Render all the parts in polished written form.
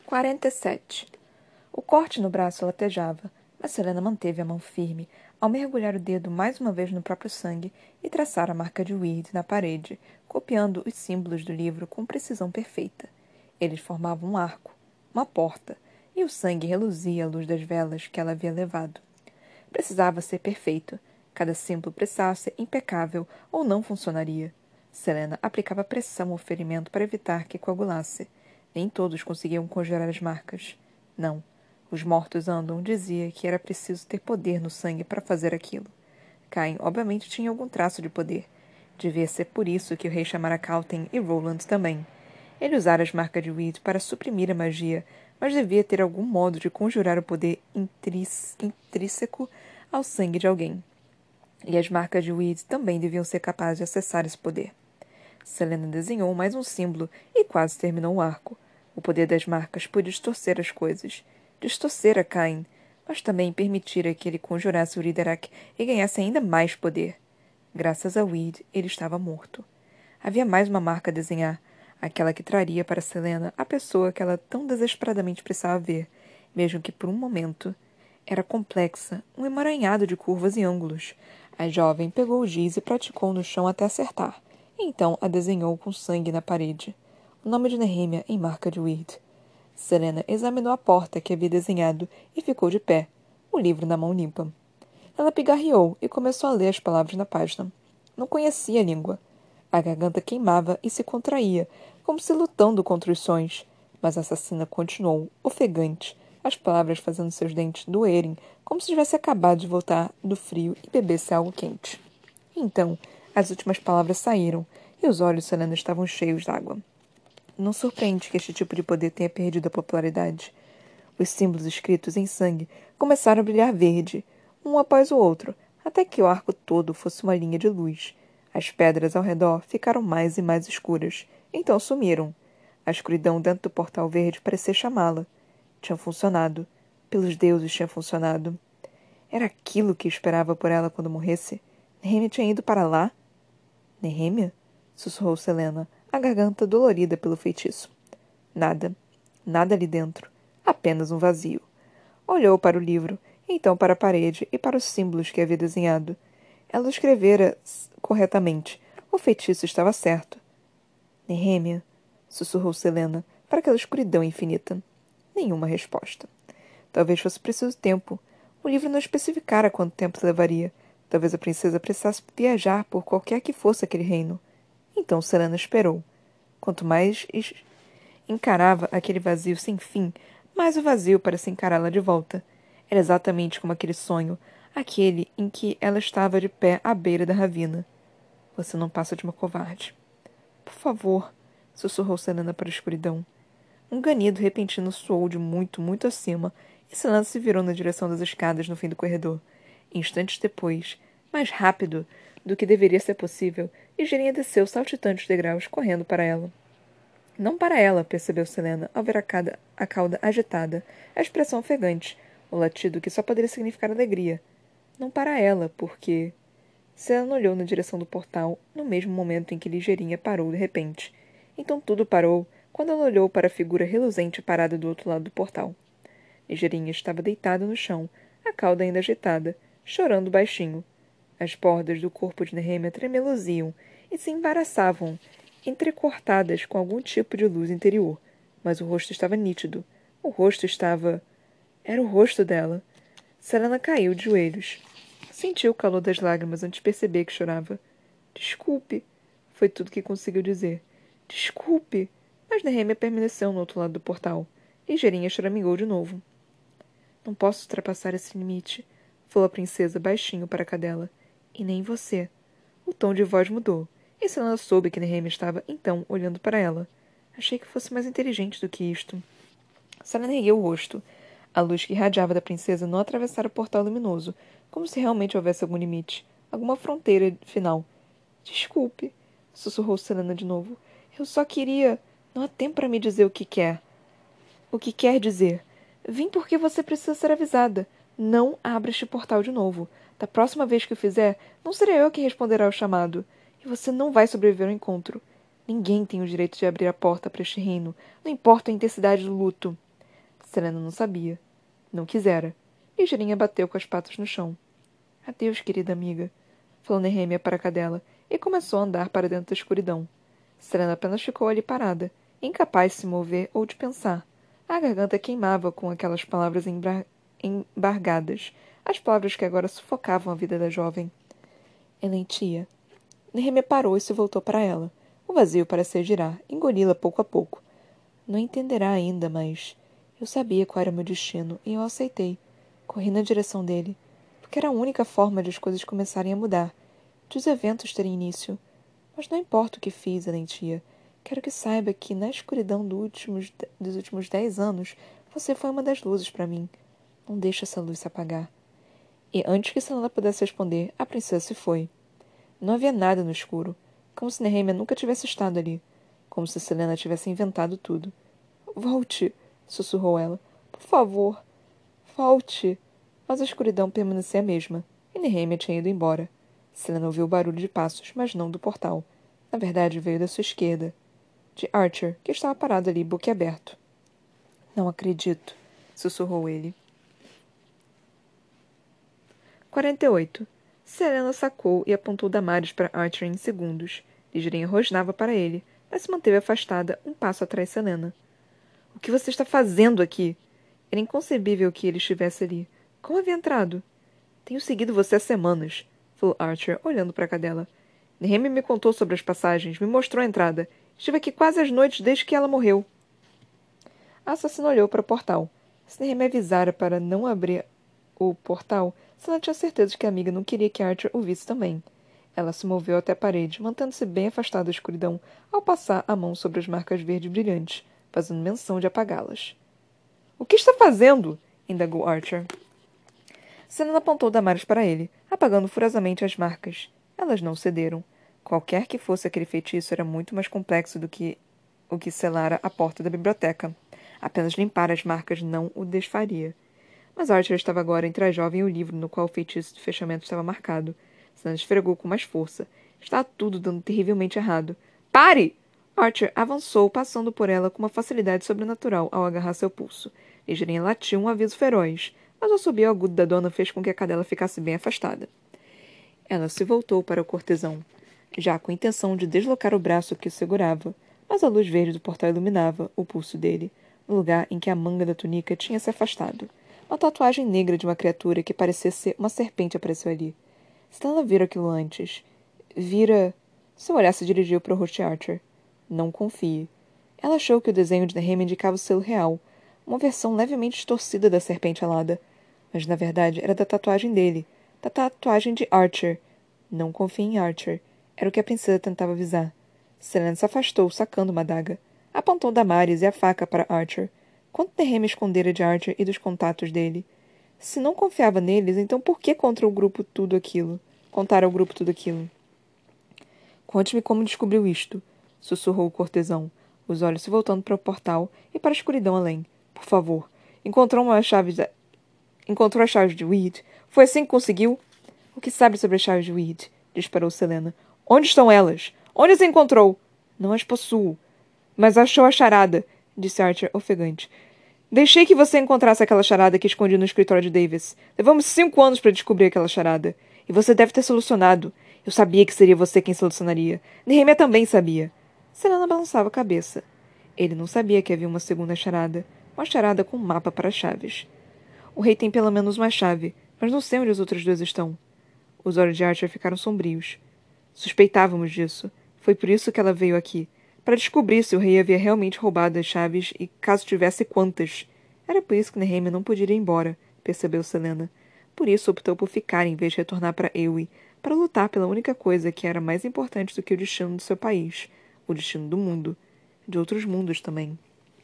47. O corte no braço latejava, mas Selena manteve a mão firme ao mergulhar o dedo mais uma vez no próprio sangue e traçar a marca de Weed na parede, copiando os símbolos do livro com precisão perfeita. Eles formavam um arco, uma porta, e o sangue reluzia à luz das velas que ela havia levado. Precisava ser perfeito. Cada símbolo precisava ser impecável ou não funcionaria. Selena aplicava pressão ao ferimento para evitar que coagulasse. Nem todos conseguiam conjurar as marcas. Não. Os mortos andam dizia que era preciso ter poder no sangue para fazer aquilo. Cain, obviamente, tinha algum traço de poder. Devia ser por isso que o rei chamara Calten e Roland também. Ele usara as marcas de Weed para suprimir a magia, mas devia ter algum modo de conjurar o poder intrínseco ao sangue de alguém. E as marcas de Weed também deviam ser capazes de acessar esse poder. Selena desenhou mais um símbolo e quase terminou o arco. O poder das marcas podia distorcer as coisas. Distorcer a Cain, mas também permitira que ele conjurasse Uriderak e ganhasse ainda mais poder. Graças a Weed, ele estava morto. Havia mais uma marca a desenhar, aquela que traria para Selena a pessoa que ela tão desesperadamente precisava ver, mesmo que por um momento. Era complexa, um emaranhado de curvas e ângulos. A jovem pegou o giz e praticou no chão até acertar. Então a desenhou com sangue na parede. O nome de Nehemia em marca de Weed. Selena examinou a porta que havia desenhado e ficou de pé, o livro na mão limpa. Ela pigarreou e começou a ler as palavras na página. Não conhecia a língua. A garganta queimava e se contraía, como se lutando contra os sons. Mas a assassina continuou, ofegante, as palavras fazendo seus dentes doerem, como se tivesse acabado de voltar do frio e bebesse algo quente. Então, as últimas palavras saíram, e os olhos de Selena estavam cheios d'água. Não surpreende que este tipo de poder tenha perdido a popularidade. Os símbolos escritos em sangue começaram a brilhar verde, um após o outro, até que o arco todo fosse uma linha de luz. As pedras ao redor ficaram mais e mais escuras, então sumiram. A escuridão dentro do portal verde parecia chamá-la. Tinha funcionado. Pelos deuses tinha funcionado. Era aquilo que esperava por ela quando morresse? Nehemia tinha ido para lá? Nehemia? Sussurrou Selena, a garganta dolorida pelo feitiço. Nada. Nada ali dentro. Apenas um vazio. Olhou para o livro, então para a parede e para os símbolos que havia desenhado. Ela escrevera corretamente. O feitiço estava certo. Nehemia, sussurrou Selena, para aquela escuridão infinita. Nenhuma resposta. Talvez fosse preciso tempo. O livro não especificara quanto tempo levaria. Talvez a princesa precisasse viajar por qualquer que fosse aquele reino. Então Selena esperou. Quanto mais encarava aquele vazio sem fim, mais o vazio parecia encará-la de volta. Era exatamente como aquele sonho, aquele em que ela estava de pé à beira da ravina. Você não passa de uma covarde. Por favor, sussurrou Selena para a escuridão. Um ganido repentino soou de muito, muito acima, e Selena se virou na direção das escadas no fim do corredor. Instantes depois, mais rápido do que deveria ser possível, Ligeirinha desceu saltitante os degraus, correndo para ela. Não para ela, percebeu Selena, ao ver a cauda agitada, a expressão ofegante, o latido que só poderia significar alegria. Não para ela, porque... Selena olhou na direção do portal, no mesmo momento em que Ligeirinha parou de repente. Então tudo parou, quando ela olhou para a figura reluzente parada do outro lado do portal. Ligeirinha estava deitada no chão, a cauda ainda agitada, chorando baixinho. As bordas do corpo de Nehemia tremeluziam e se embaraçavam, entrecortadas com algum tipo de luz interior. Mas o rosto estava nítido. O rosto estava... Era o rosto dela. Selena caiu de joelhos. Sentiu o calor das lágrimas antes de perceber que chorava. Desculpe, foi tudo que conseguiu dizer. Desculpe. Mas Nehemia permaneceu no outro lado do portal. Ligeirinha choramingou de novo. Não posso ultrapassar esse limite, falou a princesa baixinho para a cadela. E nem você. O tom de voz mudou, e Selena soube que Nehemia estava, então, olhando para ela. Achei que fosse mais inteligente do que isto. Selena ergueu o rosto. A luz que irradiava da princesa não atravessara o portal luminoso, como se realmente houvesse algum limite, alguma fronteira final. Desculpe, sussurrou Selena de novo. Eu só queria... Não há tempo para me dizer o que quer. O que quer dizer? Vim porque você precisa ser avisada. Não abra este portal de novo. Da próxima vez que o fizer, não serei eu que responderá ao chamado. E você não vai sobreviver ao encontro. Ninguém tem o direito de abrir a porta para este reino, não importa a intensidade do luto. Selena não sabia. Não quisera. Ligeirinha bateu com as patas no chão. Adeus, querida amiga, falou Nehemia para a cadela, e começou a andar para dentro da escuridão. Selena apenas ficou ali parada, incapaz de se mover ou de pensar. A garganta queimava com aquelas palavras embargadas, as palavras que agora sufocavam a vida da jovem. Elentia. Nehemia parou e se voltou para ela. O vazio parecia girar, engoli-la pouco a pouco. Não entenderá ainda, mas... Eu sabia qual era o meu destino, e eu aceitei. Corri na direção dele, porque era a única forma de as coisas começarem a mudar, de os eventos terem início. Mas não importa o que fiz, Elentia. Quero que saiba que, na escuridão dos últimos 10 anos, você foi uma das luzes para mim. Não deixe essa luz se apagar. E antes que Selena pudesse responder, a princesa se foi. Não havia nada no escuro, como se Nehemia nunca tivesse estado ali, como se Selena tivesse inventado tudo. Volte, sussurrou ela. Por favor, volte. Mas a escuridão permanecia a mesma, e Nehemia tinha ido embora. Selena ouviu o barulho de passos, mas não do portal. Na verdade, veio da sua esquerda, de Archer, que estava parado ali, boquiaberto. Não acredito, sussurrou ele. 48. Selena sacou e apontou Damares para Archer em segundos. Ligeirinha rosnava para ele, mas se manteve afastada, um passo atrás de Selena. O que você está fazendo aqui? Era inconcebível que ele estivesse ali. Como havia entrado? Tenho seguido você há semanas, falou Archer, olhando para a cadela. Nehemia me contou sobre as passagens, me mostrou a entrada. Estive aqui quase as noites desde que ela morreu. A assassina olhou para o portal. Se Nehemia avisara para não abrir o portal, Selena tinha certeza de que a amiga não queria que Archer o visse também. Ela se moveu até a parede, mantendo-se bem afastada da escuridão, ao passar a mão sobre as marcas verdes brilhantes, fazendo menção de apagá-las. O que está fazendo? Indagou Archer. Selena apontou Damares para ele, apagando furiosamente as marcas. Elas não cederam. Qualquer que fosse aquele feitiço era muito mais complexo do que o que selara a porta da biblioteca. Apenas limpar as marcas não o desfaria. Mas Archer estava agora entre a jovem e o livro no qual o feitiço de fechamento estava marcado. Selena esfregou com mais força. Estava tudo dando terrivelmente errado. Pare! Archer avançou, passando por ela com uma facilidade sobrenatural ao agarrar seu pulso. Ligeirinha latiu um aviso feroz, mas o assobio agudo da dona fez com que a cadela ficasse bem afastada. Ela se voltou para o cortesão, já com a intenção de deslocar o braço que o segurava, mas a luz verde do portal iluminava o pulso dele, no lugar em que a manga da túnica tinha se afastado. Uma tatuagem negra de uma criatura que parecia ser uma serpente apareceu ali. Stella vira aquilo antes. Vira... Seu olhar se dirigiu para o rosto de Archer. Não confie. Ela achou que o desenho de Nehemia indicava o selo real, uma versão levemente distorcida da serpente alada. Mas, na verdade, era da tatuagem dele. Da tatuagem de Archer. Não confie em Archer. Era o que a princesa tentava avisar. Selena se afastou, sacando uma adaga. Apontou Damares e a faca para Archer. Quanto Nehemia escondera de Archer e dos contatos dele? Se não confiava neles, então por que contra o grupo tudo aquilo? Contar ao grupo tudo aquilo? Conte-me como descobriu isto, sussurrou o cortesão, os olhos se voltando para o portal e para a escuridão além. Por favor. Encontrou as chaves de Weed? Foi assim que conseguiu? O que sabe sobre as chaves de Weed? Disparou Selena. Onde estão elas? Onde as encontrou? Não as possuo. Mas achou a charada, disse Archer, ofegante. Deixei que você encontrasse aquela charada que escondi no escritório de Davis. Levamos 5 anos para descobrir aquela charada. E você deve ter solucionado. Eu sabia que seria você quem solucionaria. Nehemia também sabia. Selena balançava a cabeça. Ele não sabia que havia uma segunda charada. Uma charada com um mapa para chaves. O rei tem pelo menos uma chave, mas não sei onde as outras duas estão. Os olhos de Archer ficaram sombrios. Suspeitávamos disso. Foi por isso que ela veio aqui. Para descobrir se o rei havia realmente roubado as chaves e, caso tivesse, quantas. Era por isso que Nehemia não podia ir embora, percebeu Selena. Por isso optou por ficar em vez de retornar para Ewe, para lutar pela única coisa que era mais importante do que o destino do seu país, o destino do mundo. De outros mundos também.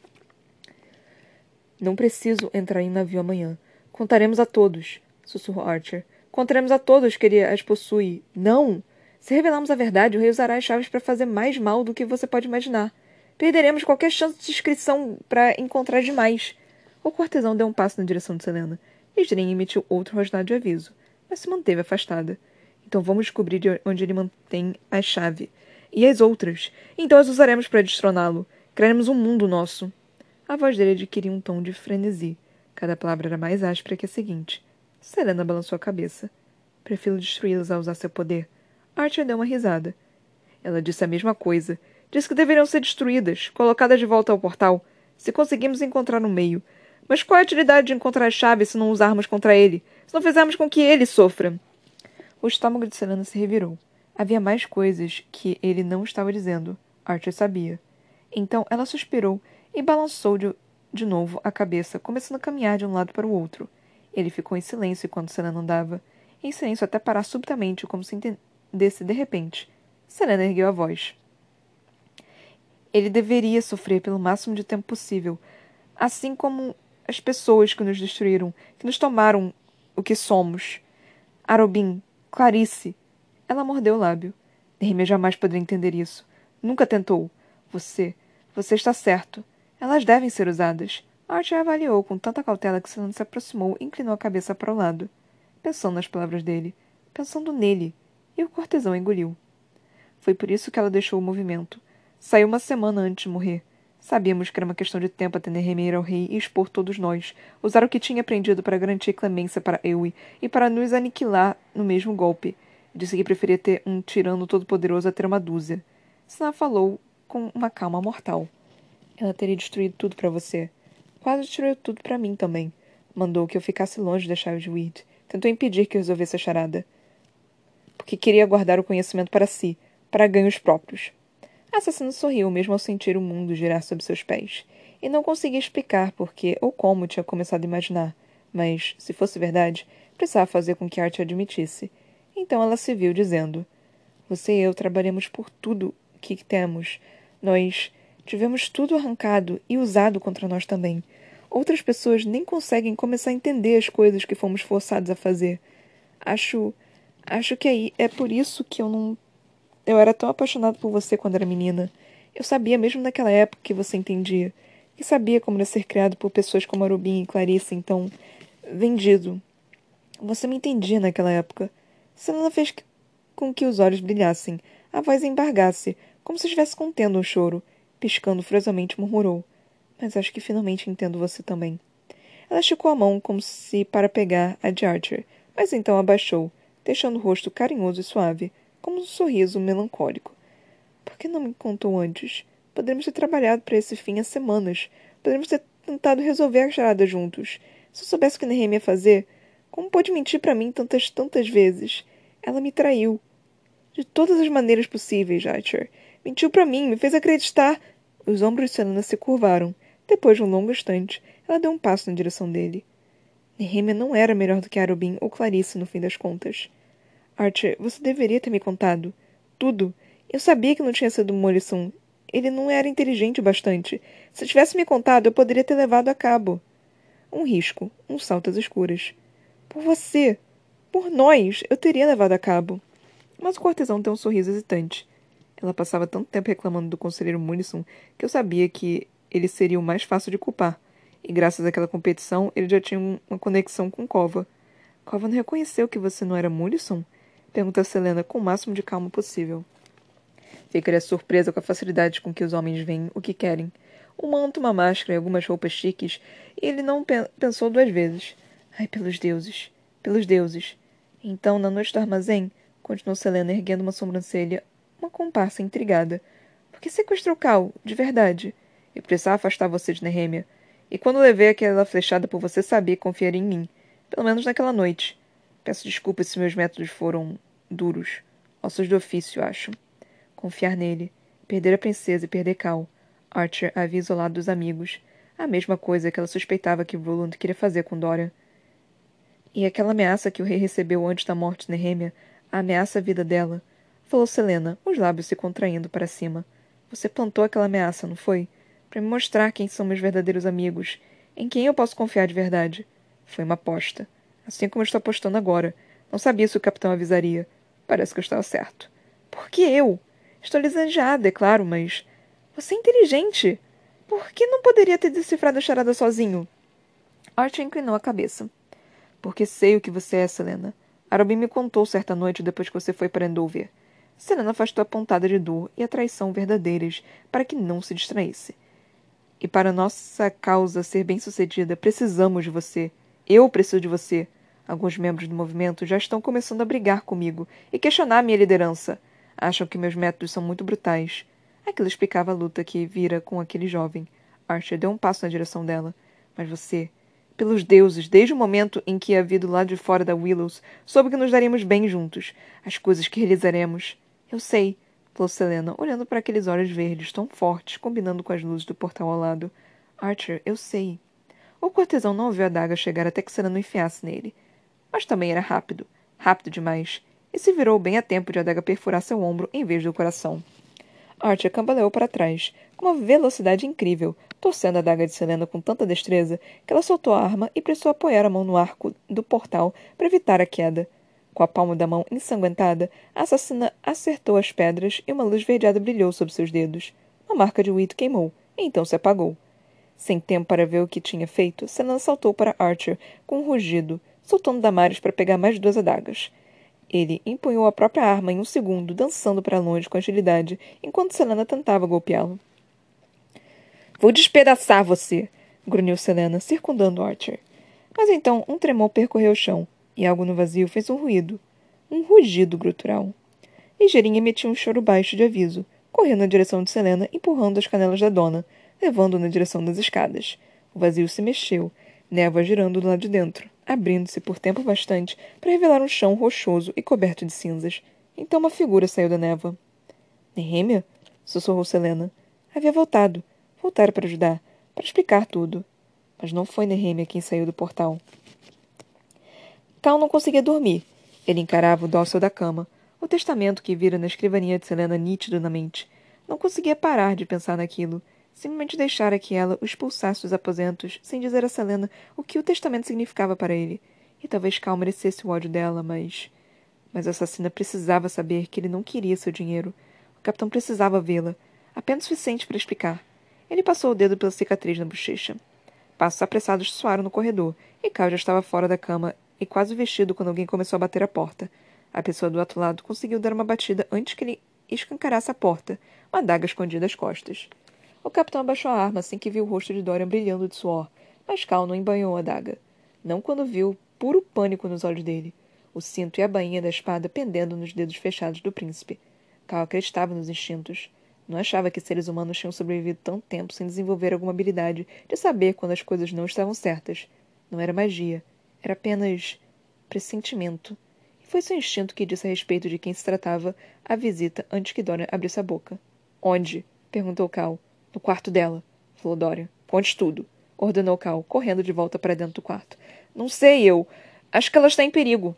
Não preciso entrar em navio amanhã. Contaremos a todos, sussurrou Archer. Contaremos a todos que ele as possui. Não! Se revelarmos a verdade, o rei usará as chaves para fazer mais mal do que você pode imaginar. Perderemos qualquer chance de inscrição para encontrar demais. O cortesão deu um passo na direção de Selena. Ligeirinha emitiu outro rosnado de aviso, mas se manteve afastada. Então vamos descobrir de onde ele mantém a chave. E as outras. Então as usaremos para destroná-lo. Criaremos um mundo nosso. A voz dele adquiria um tom de frenesi. Cada palavra era mais áspera que a seguinte. Selena balançou a cabeça. Prefiro destruí-los a usar seu poder. Archer deu uma risada. Ela disse a mesma coisa. Disse que deveriam ser destruídas, colocadas de volta ao portal, se conseguirmos encontrar no meio. Mas qual é a utilidade de encontrar as chaves se não usarmos contra ele? Se não fizermos com que ele sofra? O estômago de Selena se revirou. Havia mais coisas que ele não estava dizendo. Archer sabia. Então ela suspirou e balançou de novo a cabeça, começando a caminhar de um lado para o outro. Ele ficou em silêncio enquanto Selena andava. Em silêncio até parar subitamente, como se entendesse de repente. Selena ergueu a voz. Ele deveria sofrer pelo máximo de tempo possível, assim como as pessoas que nos destruíram, que nos tomaram o que somos. Arobin, Clarice. Ela mordeu o lábio. Nehemia jamais poderia entender isso. Nunca tentou. Você está certo. Elas devem ser usadas. Archer avaliou com tanta cautela que Selena se aproximou e inclinou a cabeça para o lado, pensando nas palavras dele, pensando nele, e o cortesão engoliu. Foi por isso que ela deixou o movimento. Saiu uma semana antes de morrer. Sabíamos que era uma questão de tempo até Nehemia ir ao rei e expor todos nós, usar o que tinha aprendido para garantir clemência para Eowyn e para nos aniquilar no mesmo golpe. Disse que preferia ter um tirano todo-poderoso a ter uma dúzia. Senna falou com uma calma mortal. Ela teria destruído tudo para você. Quase destruiu tudo para mim também. Mandou que eu ficasse longe da chave de Weed. Tentou impedir que eu resolvesse a charada. Porque queria guardar o conhecimento para si, para ganhos próprios. A assassina sorriu, mesmo ao sentir o mundo girar sob seus pés. E não conseguia explicar por que ou como tinha começado a imaginar. Mas, se fosse verdade, precisava fazer com que Art admitisse. Então ela se viu dizendo: Você e eu trabalhamos por tudo que temos. Nós tivemos tudo arrancado e usado contra nós também. Outras pessoas nem conseguem começar a entender as coisas que fomos forçados a fazer. Acho que aí é por isso que eu era tão apaixonado por você quando era menina. Eu sabia mesmo naquela época que você entendia. E sabia como era ser criado por pessoas como Arobin e Clarice, então... vendido. Você me entendia naquela época. Selena fez com que os olhos brilhassem, a voz embargasse, como se estivesse contendo um choro. Piscando furiosamente, murmurou. Mas acho que finalmente entendo você também. Ela esticou a mão como se para pegar a de Archer, mas então abaixou, deixando o rosto carinhoso e suave, como um sorriso melancólico. Por que não me contou antes? Poderíamos ter trabalhado para esse fim há semanas. Poderíamos ter tentado resolver a charada juntos. Se eu soubesse o que Nehemia ia fazer, como pôde mentir para mim tantas vezes? Ela me traiu. De todas as maneiras possíveis, Archer. Mentiu para mim, me fez acreditar... Os ombros de Selena se curvaram. Depois de um longo instante, ela deu um passo na direção dele. Nehemia não era melhor do que Arobin ou Clarice, no fim das contas. Archer, você deveria ter me contado. Tudo. Eu sabia que não tinha sido Morrison. Ele não era inteligente o bastante. Se tivesse me contado, eu poderia ter levado a cabo. Um risco, um salto às escuras. Por você. Por nós, eu teria levado a cabo. Mas o cortesão tem um sorriso hesitante. Ela passava tanto tempo reclamando do conselheiro Munison que eu sabia que ele seria o mais fácil de culpar. E graças àquela competição, ele já tinha uma conexão com Kova. Kova não reconheceu que você não era Munison? Pergunta Selena com o máximo de calma possível. Ficaria surpresa com a facilidade com que os homens veem o que querem. Um manto, uma máscara e algumas roupas chiques, e ele não pensou duas vezes. Ai, pelos deuses. Pelos deuses. Então, na noite do armazém, continuou Selena erguendo uma sobrancelha, uma comparsa intrigada. Por que sequestrou Cal, de verdade? Eu precisava afastar você de Nehemia. E quando levei aquela flechada por você, sabia que confiaria em mim. Pelo menos naquela noite. Peço desculpas se meus métodos foram duros. Ossos do ofício, acho. Confiar nele. Perder a princesa e perder Cal. Archer havia isolado dos amigos. A mesma coisa que ela suspeitava que Roland queria fazer com Dorian. E aquela ameaça que o rei recebeu antes da morte de Nehemia, a ameaça à vida dela. Falou Selena, os lábios se contraindo para cima. Você plantou aquela ameaça, não foi? Para me mostrar quem são meus verdadeiros amigos. Em quem eu posso confiar de verdade. Foi uma aposta. Assim como eu estou apostando agora. Não sabia se o capitão avisaria. Parece que eu estava certo. Por que eu? Estou lisonjeada, é claro, mas... Você é inteligente. Por que não poderia ter decifrado a charada sozinho? Archer inclinou a cabeça. Porque sei o que você é, Selena. Arobin me contou certa noite depois que você foi para Endover. Selena afastou a pontada de dor e a traição verdadeiras para que não se distraísse. E para nossa causa ser bem-sucedida, precisamos de você. Eu preciso de você. Alguns membros do movimento já estão começando a brigar comigo e questionar minha liderança. Acham que meus métodos são muito brutais. Aquilo explicava a luta que vira com aquele jovem. Archer deu um passo na direção dela. Mas você... Pelos deuses, desde o momento em que a vi do lado de fora da Willows, soube que nos daríamos bem juntos. As coisas que realizaremos. Eu sei, falou Selena, olhando para aqueles olhos verdes tão fortes, combinando com as luzes do portal ao lado. Archer, eu sei. O cortesão não viu a adaga chegar até que Selena o enfiasse nele. Mas também era rápido. Rápido demais. E se virou bem a tempo de a adaga perfurar seu ombro em vez do coração. Archer cambaleou para trás, com uma velocidade incrível, torcendo a adaga de Selena com tanta destreza que ela soltou a arma e precisou apoiar a mão no arco do portal para evitar a queda. Com a palma da mão ensanguentada, a assassina acertou as pedras e uma luz verdeada brilhou sob seus dedos. A marca de Wheat queimou, e então se apagou. Sem tempo para ver o que tinha feito, Selena saltou para Archer com um rugido, soltando Damaris para pegar mais 2 adagas. Ele empunhou a própria arma em um segundo, dançando para longe com agilidade, enquanto Selena tentava golpeá-lo. Vou despedaçar você! Grunhiu Selena, circundando Archer. Mas então um tremor percorreu o chão, e algo no vazio fez um ruído. Um rugido grutural. Ligeirinha emitiu um choro baixo de aviso, correndo na direção de Selena, empurrando as canelas da dona, levando-o na direção das escadas. O vazio se mexeu, névoa girando do lado de dentro, abrindo-se por tempo bastante para revelar um chão rochoso e coberto de cinzas. Então uma figura saiu da névoa. Nehemia? Sussurrou Selena. Havia voltado. Voltara para ajudar, para explicar tudo. Mas não foi Nehemia quem saiu do portal. Cal não conseguia dormir. Ele encarava o dócil da cama, o testamento que vira na escrivaninha de Selena nítido na mente. Não conseguia parar de pensar naquilo. Simplesmente deixara que ela o expulsasse dos aposentos, sem dizer a Selena o que o testamento significava para ele. E talvez Cal merecesse o ódio dela, mas... Mas a assassina precisava saber que ele não queria seu dinheiro. O capitão precisava vê-la. Apenas o suficiente para explicar. Ele passou o dedo pela cicatriz na bochecha. Passos apressados soaram no corredor, e Cal já estava fora da cama e quase vestido quando alguém começou a bater a porta. A pessoa do outro lado conseguiu dar uma batida antes que ele escancarasse a porta, uma adaga escondida às costas. O capitão abaixou a arma assim que viu o rosto de Dorian brilhando de suor, mas Cal não embanhou a adaga. Não quando viu puro pânico nos olhos dele, o cinto e a bainha da espada pendendo nos dedos fechados do príncipe. Cal acreditava nos instintos. Não achava que seres humanos tinham sobrevivido tanto tempo sem desenvolver alguma habilidade de saber quando as coisas não estavam certas. Não era magia. Era apenas pressentimento. E foi seu instinto que disse a respeito de quem se tratava a visita antes que Dorian abrisse a boca. Onde? Perguntou Cal. No quarto dela, falou Dorian. Conte tudo, ordenou Cal, correndo de volta para dentro do quarto. Não sei, eu. Acho que ela está em perigo.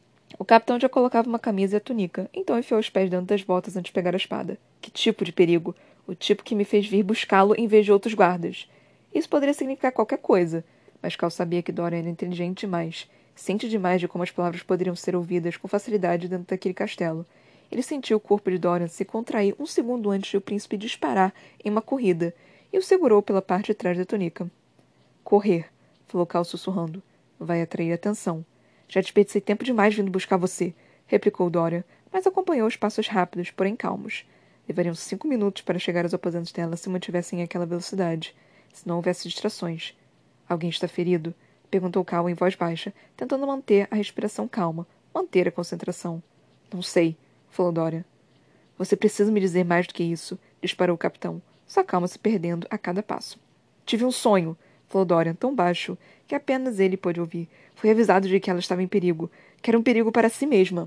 O capitão já colocava uma camisa e a túnica, então enfiou os pés dentro das botas antes de pegar a espada. Que tipo de perigo? O tipo que me fez vir buscá-lo em vez de outros guardas. Isso poderia significar qualquer coisa, mas Cal sabia que Dorian era inteligente demais, ciente demais de como as palavras poderiam ser ouvidas com facilidade dentro daquele castelo. Ele sentiu o corpo de Dorian se contrair um segundo antes de o príncipe disparar em uma corrida, e o segurou pela parte de trás da túnica. Correr, falou Cal sussurrando. Vai atrair atenção. Já desperdicei tempo demais vindo buscar você, replicou Dorian, mas acompanhou os passos rápidos, porém calmos. Levariam 5 minutos para chegar aos aposentos dela se mantivessem aquela velocidade, se não houvesse distrações. Alguém está ferido? Perguntou Cal em voz baixa, tentando manter a respiração calma, manter a concentração. Não sei, falou Dorian. Você precisa me dizer mais do que isso, disparou o capitão, sua calma se perdendo a cada passo. Tive um sonho, falou Dorian, tão baixo que apenas ele pôde ouvir. Fui avisado de que ela estava em perigo, que era um perigo para si mesma.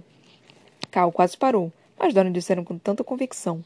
Cal quase parou, mas Dorian disseram com tanta convicção.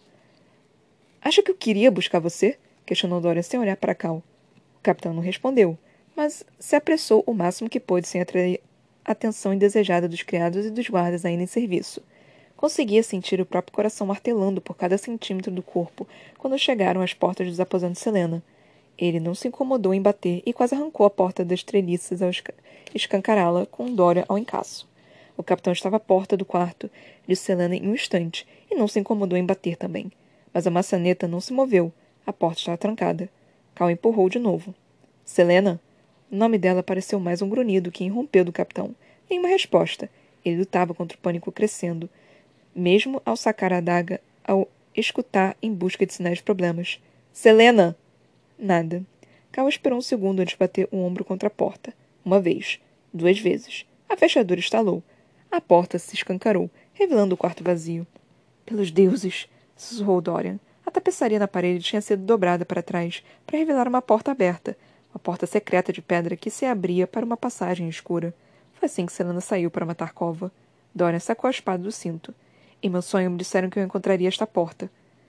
Acha que eu queria buscar você? Questionou Dorian sem olhar para Cal. O capitão não respondeu, mas se apressou o máximo que pôde sem atrair a atenção indesejada dos criados e dos guardas ainda em serviço. Conseguia sentir o próprio coração martelando por cada centímetro do corpo quando chegaram às portas dos aposentos de Selena. Ele não se incomodou em bater e quase arrancou a porta das treliças ao escancará-la com Dorian ao encaço. O capitão estava à porta do quarto de Selena em um instante e não se incomodou em bater também. Mas a maçaneta não se moveu. A porta estava trancada. Cal empurrou de novo. Selena? O nome dela pareceu mais um grunhido que irrompeu do capitão. Nenhuma resposta. Ele lutava contra o pânico crescendo, mesmo ao sacar a adaga, ao escutar em busca de sinais de problemas. Selena! Nada. Cal esperou um segundo antes de bater o ombro contra a porta. Uma vez. 2 vezes. A fechadura estalou. A porta se escancarou, revelando o quarto vazio. Pelos deuses! Sussurrou Dorian. A tapeçaria na parede tinha sido dobrada para trás, para revelar uma porta aberta. Uma porta secreta de pedra que se abria para uma passagem escura. Foi assim que Selena saiu para matar Cova. Dorian sacou a espada do cinto. Em meu sonho me disseram que eu encontraria esta porta.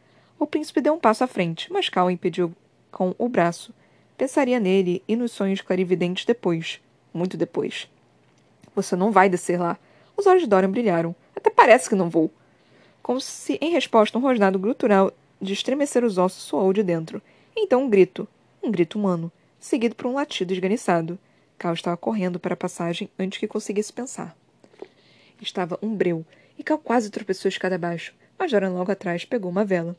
O príncipe deu um passo à frente, mas Cal impediu com o braço. Pensaria nele e nos sonhos clarividentes depois. Muito depois. Você não vai descer lá. Os olhos de Dorian brilharam. Até parece que não vou. Como se, em resposta, um rosnado gutural de estremecer os ossos soou de dentro. Então um grito. Um grito humano, seguido por um latido esganiçado. Cal estava correndo para a passagem antes que conseguisse pensar. Estava um breu, e Cal quase tropeçou a escada abaixo, mas Dorian logo atrás pegou uma vela.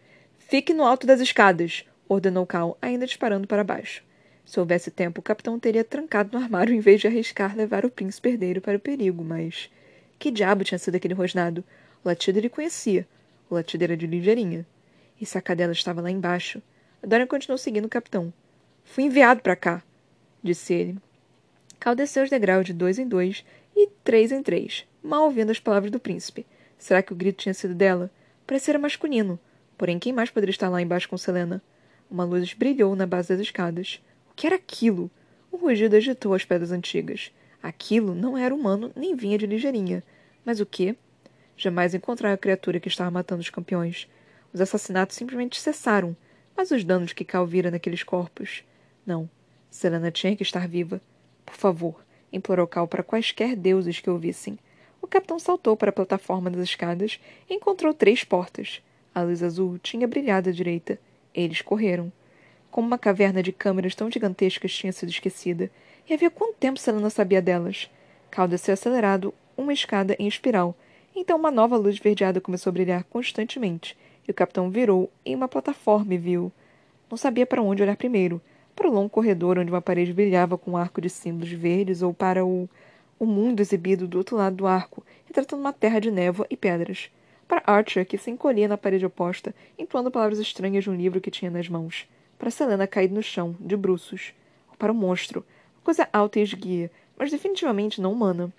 Fique no alto das escadas, ordenou Cal, ainda disparando para baixo. Se houvesse tempo, o capitão teria trancado no armário em vez de arriscar levar o príncipe herdeiro para o perigo, mas... Que diabo tinha sido aquele rosnado? O latido ele conhecia. O latido era de ligeirinha. E se a cadela estava lá embaixo? Dorian continuou seguindo o capitão. Fui enviado para cá, disse ele. Cal desceu os degraus de 2 em 2 e 3 em 3, mal ouvindo as palavras do príncipe. Será que o grito tinha sido dela? Parecera masculino. Porém, quem mais poderia estar lá embaixo com Selena? Uma luz brilhou na base das escadas. O que era aquilo? Um rugido agitou as pedras antigas. Aquilo não era humano nem vinha de ligeirinha. Mas o quê? Jamais encontraram a criatura que estava matando os campeões. Os assassinatos simplesmente cessaram. Mas os danos que Cal vira naqueles corpos... Não. Selena tinha que estar viva. Por favor, implorou Cal para quaisquer deuses que o ouvissem. O capitão saltou para a plataforma das escadas e encontrou 3 portas. A luz azul tinha brilhado à direita. Eles correram. Como uma caverna de câmeras tão gigantescas tinha sido esquecida. E havia quanto tempo Selena sabia delas? Cal desceu acelerado uma escada em espiral. Então uma nova luz esverdeada começou a brilhar constantemente. E o capitão virou em uma plataforma e viu... Não sabia para onde olhar primeiro. Para o longo corredor onde uma parede brilhava com um arco de símbolos verdes ou para o mundo exibido do outro lado do arco, retratando uma terra de névoa e pedras. Para Archer, que se encolhia na parede oposta, entoando palavras estranhas de um livro que tinha nas mãos. Para Selena caída no chão, de bruços. Ou para o monstro. Uma coisa alta e esguia, mas definitivamente não humana.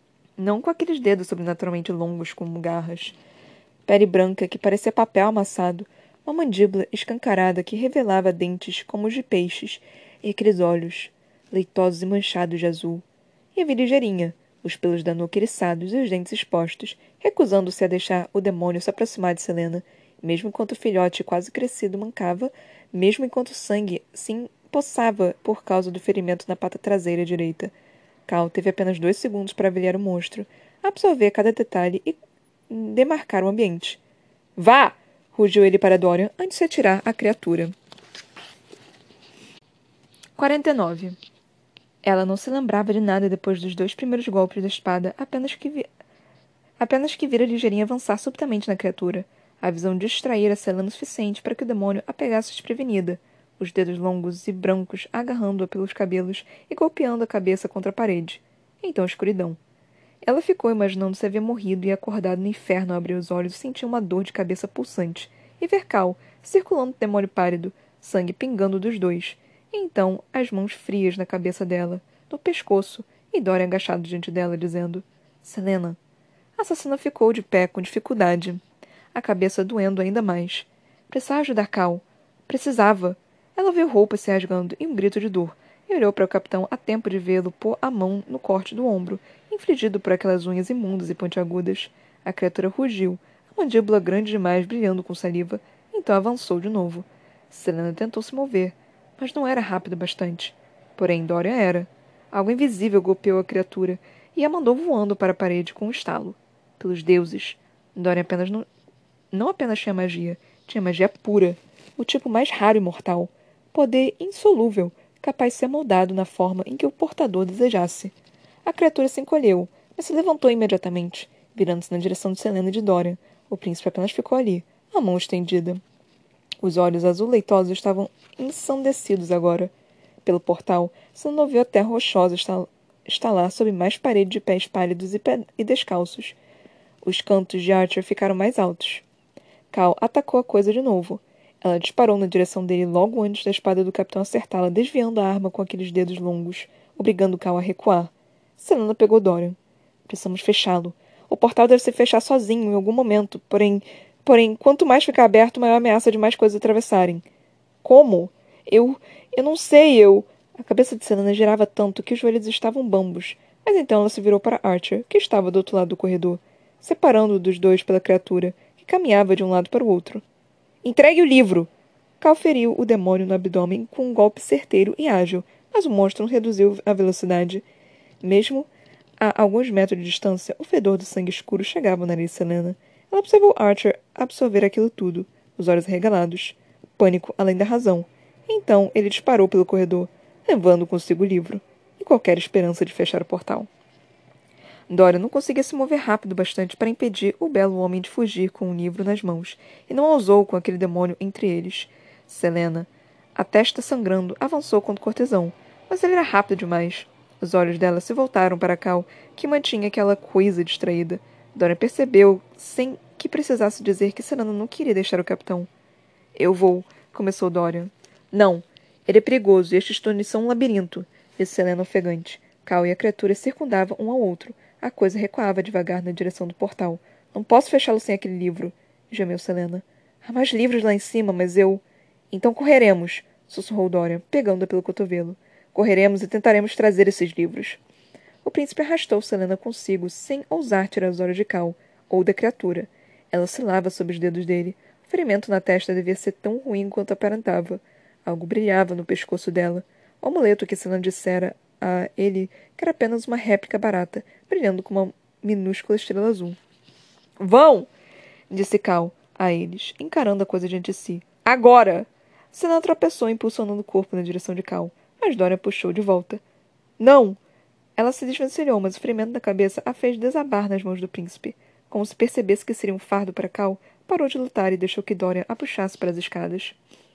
Não com aqueles dedos sobrenaturalmente longos como garras. Pele branca que parecia papel amassado. Uma mandíbula escancarada que revelava dentes como os de peixes. E aqueles olhos, leitosos e manchados de azul. E a ligeirinha, os pelos da nuca eriçados e os dentes expostos, recusando-se a deixar o demônio se aproximar de Selena, mesmo enquanto o filhote quase crescido mancava, mesmo enquanto o sangue se empoçava por causa do ferimento na pata traseira direita. Cal teve apenas 2 segundos para avaliar o monstro, absorver cada detalhe e demarcar o ambiente. Vá! Rugiu ele para Dorian antes de atirar a criatura. 49. Ela não se lembrava de nada depois dos 2 primeiros golpes da espada, apenas que vira ligeirinha avançar subitamente na criatura. A visão distraíra Selena o suficiente para que o demônio a pegasse desprevenida, os dedos longos e brancos agarrando-a pelos cabelos e golpeando a cabeça contra a parede. Então a escuridão. Ela ficou imaginando se havia morrido e acordado no inferno ao abrir os olhos e sentir uma dor de cabeça pulsante, e ver Cal, circulando o demônio pálido, sangue pingando dos 2. E então, as mãos frias na cabeça dela, no pescoço, e Dorian agachado diante dela, dizendo: Selena. A assassina ficou de pé com dificuldade, a cabeça doendo ainda mais. Precisava ajudar Cal. Precisava. Ela viu roupas se rasgando e um grito de dor, e olhou para o capitão a tempo de vê-lo pôr a mão no corte do ombro, infligido por aquelas unhas imundas e pontiagudas. A criatura rugiu, a mandíbula grande demais brilhando com saliva, então avançou de novo. Selena tentou se mover, mas não era rápido bastante. Porém, Dorian era. Algo invisível golpeou a criatura e a mandou voando para a parede com um estalo. Pelos deuses, Dorian não apenas tinha magia pura, o tipo mais raro e mortal. Poder insolúvel, capaz de ser moldado na forma em que o portador desejasse. A criatura se encolheu, mas se levantou imediatamente, virando-se na direção de Selena e de Dorian. O príncipe apenas ficou ali, a mão estendida. Os olhos azul-leitosos estavam ensandecidos agora. Pelo portal, Selena ouviu a terra rochosa estalar sob mais parede de pés pálidos e descalços. Os cantos de Archer ficaram mais altos. Cal atacou a coisa de novo. Ela disparou na direção dele logo antes da espada do capitão acertá-la, desviando a arma com aqueles dedos longos, obrigando Cal a recuar. Selena pegou Dorian. Precisamos fechá-lo. O portal deve se fechar sozinho em algum momento, porém, quanto mais ficar aberto, maior a ameaça de mais coisas atravessarem. Como? Eu não sei, eu... A cabeça de Selena girava tanto que os joelhos estavam bambos. Mas então ela se virou para Archer, que estava do outro lado do corredor, separando-o dos dois pela criatura, que caminhava de um lado para o outro. Entregue o livro! Cal feriu o demônio no abdômen com um golpe certeiro e ágil, mas o monstro não reduziu a velocidade. Mesmo a alguns metros de distância, o fedor do sangue escuro chegava ao nariz de Selena. Ela observou Archer absorver aquilo tudo, os olhos arregalados. Pânico além da razão. Então ele disparou pelo corredor, levando consigo o livro, e qualquer esperança de fechar o portal. Dorian não conseguia se mover rápido bastante para impedir o belo homem de fugir com o livro nas mãos, e não ousou com aquele demônio entre eles. Selena, a testa sangrando, avançou contra o cortesão, mas ele era rápido demais. Os olhos dela se voltaram para Cal, que mantinha aquela coisa distraída. Dorian percebeu, sem que precisasse dizer, que Selena não queria deixar o capitão. Eu vou, começou Dorian. Não, ele é perigoso e estes túneis são um labirinto, disse Selena ofegante. Cal e a criatura circundavam um ao outro. A coisa recuava devagar na direção do portal. Não posso fechá-lo sem aquele livro, gemeu Selena. Há mais livros lá em cima, mas eu... Então correremos, sussurrou Dorian, pegando-a pelo cotovelo. Correremos e tentaremos trazer esses livros. O príncipe arrastou Selena consigo, sem ousar tirar os olhos de Cal, ou da criatura. Ela oscilava sob os dedos dele. O ferimento na testa devia ser tão ruim quanto aparentava. Algo brilhava no pescoço dela. O amuleto que Selena dissera a ele que era apenas uma réplica barata, brilhando com uma minúscula estrela azul. Vão! Disse Cal a eles, encarando a coisa diante de si. Agora! Selena tropeçou, impulsionando o corpo na direção de Cal, mas Dorian puxou de volta. Não! Ela se desvencilhou, mas o ferimento da cabeça a fez desabar nas mãos do príncipe. Como se percebesse que seria um fardo para Cal, parou de lutar e deixou que Dorian a puxasse para as escadas.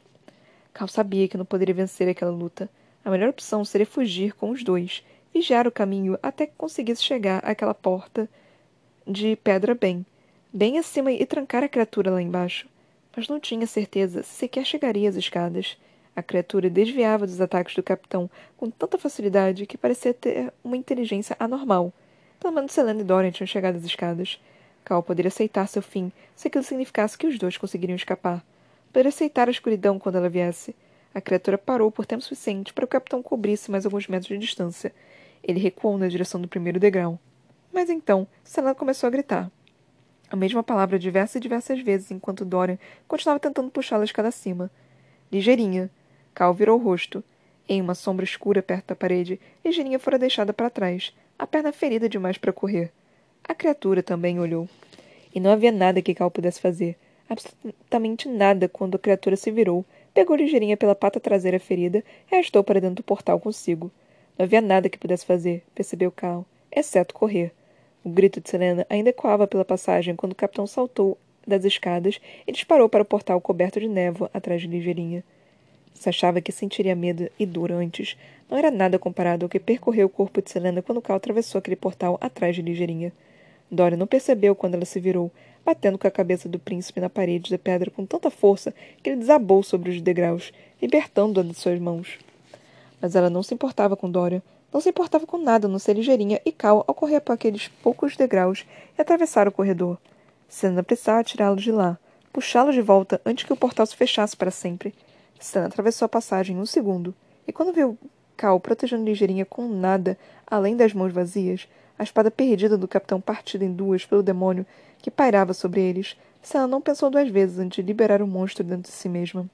Cal sabia que não poderia vencer aquela luta. A melhor opção seria fugir com os dois, vigiar o caminho até que conseguisse chegar àquela porta de pedra bem acima e trancar a criatura lá embaixo. Mas não tinha certeza se sequer chegaria às escadas. A criatura desviava dos ataques do capitão com tanta facilidade que parecia ter uma inteligência anormal. Pelo menos Selena e Dorian tinham chegado às escadas. Cal poderia aceitar seu fim, se aquilo significasse que os dois conseguiriam escapar. Poderia aceitar a escuridão quando ela viesse. A criatura parou por tempo suficiente para que o capitão cobrisse mais alguns metros de distância. Ele recuou na direção do primeiro degrau. Mas então, Selena começou a gritar. A mesma palavra diversas e diversas vezes, enquanto Dorian continuava tentando puxá-la escada acima. Ligeirinha. Cal virou o rosto. Em uma sombra escura perto da parede, Ligeirinha fora deixada para trás, a perna ferida demais para correr. A criatura também olhou. E não havia nada que Cal pudesse fazer. Absolutamente nada quando a criatura se virou, pegou Ligeirinha pela pata traseira ferida e arrastou para dentro do portal consigo. Não havia nada que pudesse fazer, percebeu Cal, exceto correr. O grito de Selena ainda ecoava pela passagem quando o capitão saltou das escadas e disparou para o portal coberto de névoa atrás de Ligeirinha. Se achava que sentiria medo e dor antes, não era nada comparado ao que percorreu o corpo de Selena quando Cal atravessou aquele portal atrás de Ligeirinha. Dorian não percebeu quando ela se virou, batendo com a cabeça do príncipe na parede da pedra com tanta força que ele desabou sobre os degraus, libertando-a de suas mãos. Mas ela não se importava com Dorian, não se importava com nada, a não ser Ligeirinha e Cal ao correr por aqueles poucos degraus e atravessar o corredor. Selena precisava tirá-lo de lá, puxá-lo de volta antes que o portal se fechasse para sempre. Selena atravessou a passagem em um segundo, e quando viu Cal protegendo Ligeirinha com nada além das mãos vazias, a espada perdida do capitão partida em duas pelo demônio que pairava sobre eles, Selena não pensou duas vezes antes de liberar o monstro dentro de si mesma.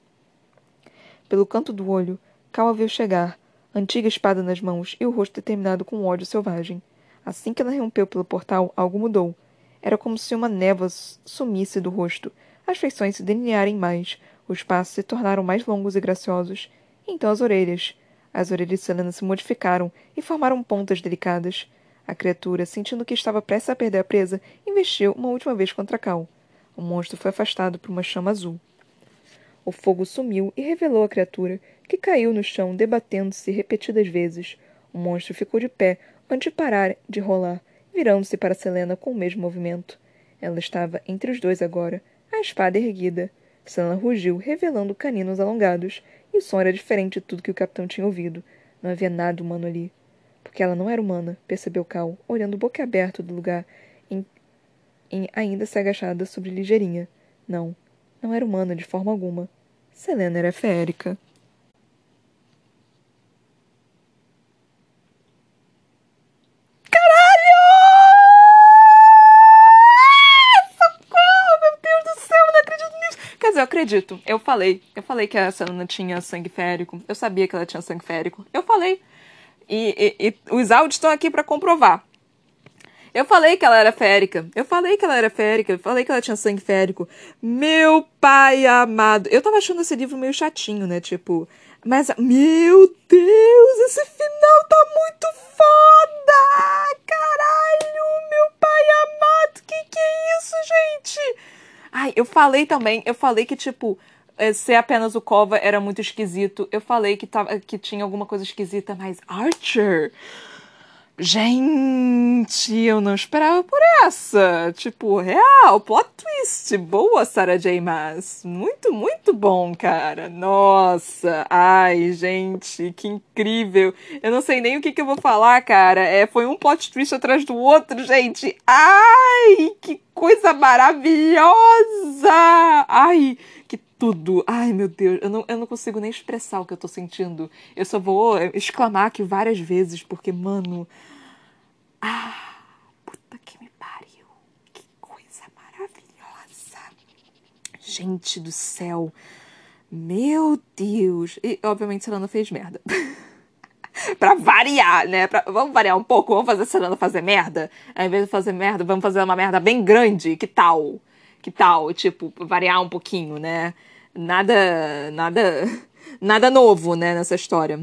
Pelo canto do olho, Cal a viu chegar, a antiga espada nas mãos e o rosto determinado com ódio selvagem. Assim que ela rompeu pelo portal, algo mudou. Era como se uma névoa sumisse do rosto, as feições se delinearem mais, os passos se tornaram mais longos e graciosos. E então as orelhas. As orelhas de Selena se modificaram e formaram pontas delicadas. A criatura, sentindo que estava prestes a perder a presa, investiu uma última vez contra Cal. O monstro foi afastado por uma chama azul. O fogo sumiu e revelou a criatura, que caiu no chão, debatendo-se repetidas vezes. O monstro ficou de pé, antes de parar de rolar, virando-se para Selena com o mesmo movimento. Ela estava entre os dois agora, a espada erguida. Selena rugiu, revelando caninos alongados, e o som era diferente de tudo que o capitão tinha ouvido. Não havia nada humano ali. Porque ela não era humana, percebeu Cal, olhando boquiaberto do lugar, ainda se agachada sobre ligeirinha. Não, não era humana de forma alguma. Selena era feérica. Quer dizer, eu acredito. Eu falei. Eu falei que a Selena tinha sangue férico. Eu sabia que ela tinha sangue férico. Eu falei. E os áudios estão aqui pra comprovar. Eu falei que ela era férica. Eu falei que ela era férica. Eu falei que ela tinha sangue férico. Meu pai amado. Eu tava achando esse livro meio chatinho, né? Tipo... Mas, meu Deus, esse final tá muito foda! Caralho, meu pai amado. Que é isso, gente? Ai, eu falei também. Eu falei que, tipo... Ser apenas o Cova era muito esquisito. Eu falei que tinha alguma coisa esquisita, mas Archer... Gente, eu não esperava por essa. Tipo, real, plot twist. Boa, Sarah J. Maas. Muito, muito bom, cara. Nossa. Ai, gente, que incrível. Eu não sei nem o que eu vou falar, cara. Foi um plot twist atrás do outro, gente. Ai, que coisa maravilhosa. Ai, que tudo. Ai, meu Deus. Eu não consigo nem expressar o que eu tô sentindo. Eu só vou exclamar aqui várias vezes, porque, mano... Ah, puta que me pariu. Que coisa maravilhosa. Gente do céu. Meu Deus. E, obviamente, Selena fez merda. Pra variar, né? Vamos variar um pouco. Vamos fazer a Selena fazer merda? Ao invés de fazer merda, vamos fazer uma merda bem grande. Que tal? Que tal? Tipo, variar um pouquinho, né? Nada novo, né, nessa história.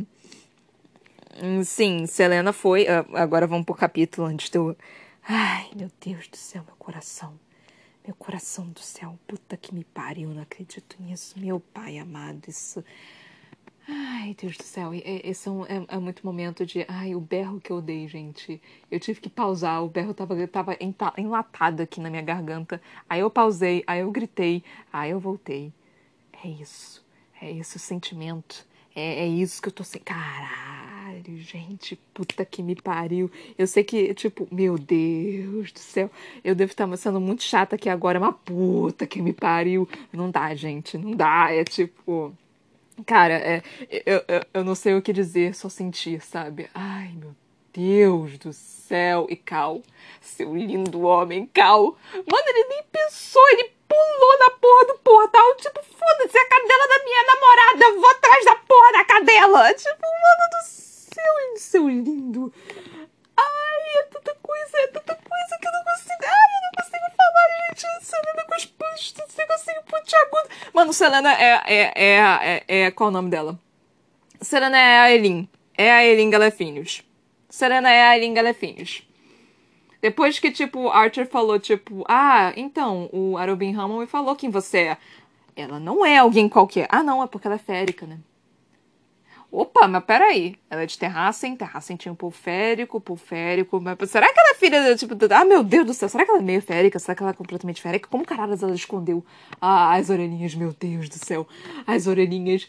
Sim, Selena foi. Agora vamos pro capítulo antes do. Ai, meu Deus do céu, meu coração. Meu coração do céu. Puta que me pariu, eu não acredito nisso. Meu pai amado, isso. Ai, Deus do céu. Esse é muito momento de. Ai, o berro que eu dei, gente. Eu tive que pausar. O berro tava enlatado aqui na minha garganta. Aí eu pausei, aí eu gritei, aí eu voltei. É isso. É esse o sentimento. É isso que eu tô sem. Caralho, gente, puta que me pariu. Eu sei que, tipo, meu Deus do céu. Eu devo estar sendo muito chata aqui agora, mas puta que me pariu. Não dá, gente, não dá. É tipo. Cara, eu não sei o que dizer, só sentir, sabe? Ai, meu Deus do céu. E Cal, seu lindo homem, Cal. Mano, ele nem pensou, ele pulou na porra do portal. Tipo, foda-se, é a cadela da minha namorada. Eu vou atrás da porra da cadela. Tipo, mano do céu, seu lindo. Ai, é tanta coisa que eu não consigo. Ai, eu não consigo falar, gente. Selena com os punhos, não consigo pontiagudo. Mano, Selena qual é o nome dela? Selena é a Eileen. É a Eileen Galefinhos. Selena é a Eileen Galefinhos. Depois que, tipo, Archer falou, tipo, então, o Arobin Hammond me falou quem você é. Ela não é alguém qualquer. Ah, não, é porque ela é férica, né? Opa, mas peraí. Ela é de Terrassen. Terrassen tinha um pulférico. Mas será que ela é filha, tipo... meu Deus do céu. Será que ela é meio férica? Será que ela é completamente férica? Como caralho ela escondeu as orelhinhas? Meu Deus do céu. As orelhinhas.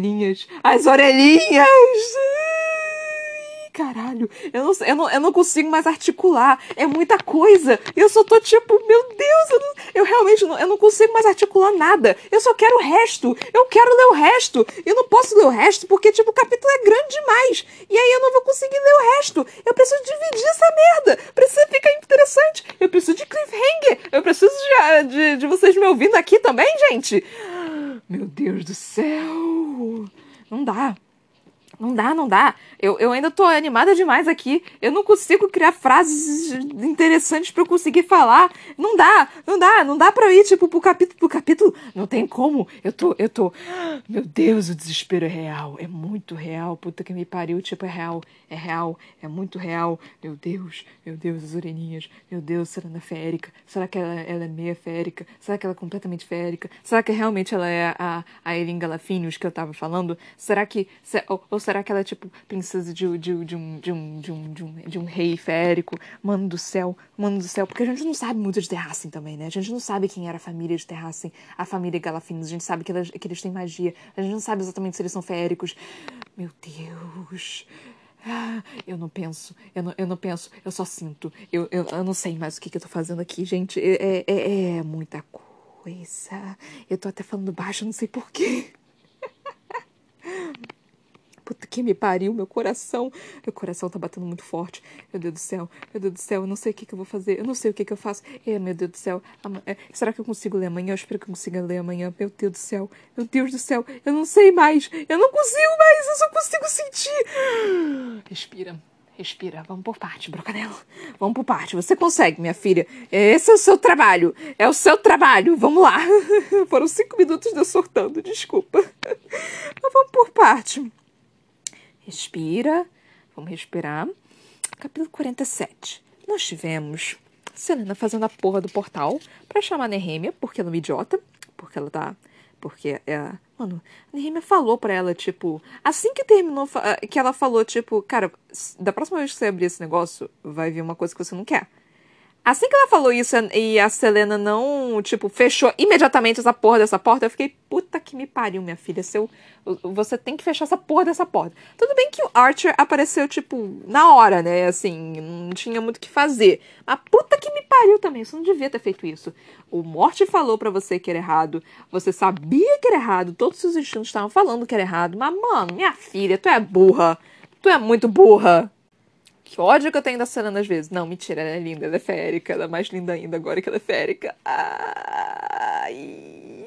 Caralho, eu não consigo mais articular. É muita coisa. Eu só tô tipo, meu Deus, eu realmente eu não consigo mais articular nada. Eu só quero o resto. Eu quero ler o resto. Eu não posso ler o resto porque, tipo, o capítulo é grande demais. E aí eu não vou conseguir ler o resto. Eu preciso dividir essa merda. Precisa ficar interessante. Eu preciso de cliffhanger. Eu preciso de vocês me ouvindo aqui também, gente. Meu Deus do céu. Não dá. Não dá. Eu ainda tô animada demais aqui. Eu não consigo criar frases interessantes pra eu conseguir falar. Não dá pra eu ir, tipo, pro capítulo. Não tem como. Eu tô. Meu Deus, o desespero é real. É muito real. Puta que me pariu. Tipo, é real. É muito real. Meu Deus, as orelhinhas. Meu Deus, será ela é férica? Será que ela é meia férica? Será que ela é completamente férica? Será que realmente ela é a Eileen Galafinhos que eu tava falando? Será que. Ou será que ela é, tipo, princesa de um rei férico? Mano do céu, porque a gente não sabe muito de Terrassen também, né? A gente não sabe quem era a família de Terrassen, a família Galafinos, a gente sabe que eles têm magia, a gente não sabe exatamente se eles são féricos. Meu Deus... Eu não penso, eu só sinto. Eu não sei mais o que eu tô fazendo aqui, gente. É muita coisa. Eu tô até falando baixo, não sei porquê. Puta que me pariu, meu coração. Meu coração tá batendo muito forte. Meu Deus do céu, eu não sei o que eu vou fazer. Eu não sei o que eu faço. Meu Deus do céu. Será que eu consigo ler amanhã? Eu espero que eu consiga ler amanhã. Meu Deus do céu. Eu não sei mais. Eu não consigo mais. Eu só consigo sentir. Respira. Vamos por parte, Brocanelo. Vamos por parte. Você consegue, minha filha. Esse é o seu trabalho. É o seu trabalho. Vamos lá. Foram 5 minutos de eu sortando. Desculpa. Mas vamos por parte. Respira. Vamos respirar. Capítulo 47. Nós tivemos Selena fazendo a porra do portal pra chamar a Nehemia, porque ela é uma idiota. Mano, a Nehemia falou pra ela, tipo... Assim que terminou, que ela falou, tipo... Cara, da próxima vez que você abrir esse negócio, vai vir uma coisa que você não quer. Assim que ela falou isso e a Selena não, tipo, fechou imediatamente essa porra dessa porta, eu fiquei, puta que me pariu, minha filha. Você tem que fechar essa porra dessa porta. Tudo bem que o Archer apareceu, tipo, na hora, né? Assim, não tinha muito o que fazer. Mas puta que me pariu também, você não devia ter feito isso. O Morty falou pra você que era errado, você sabia que era errado, todos os seus instintos estavam falando que era errado, mas, mano, minha filha, tu é burra. Tu é muito burra. Que ódio que eu tenho da Selena às vezes. Não, mentira, ela é linda, ela é férica. Ela é mais linda ainda agora que ela é férica. Ai.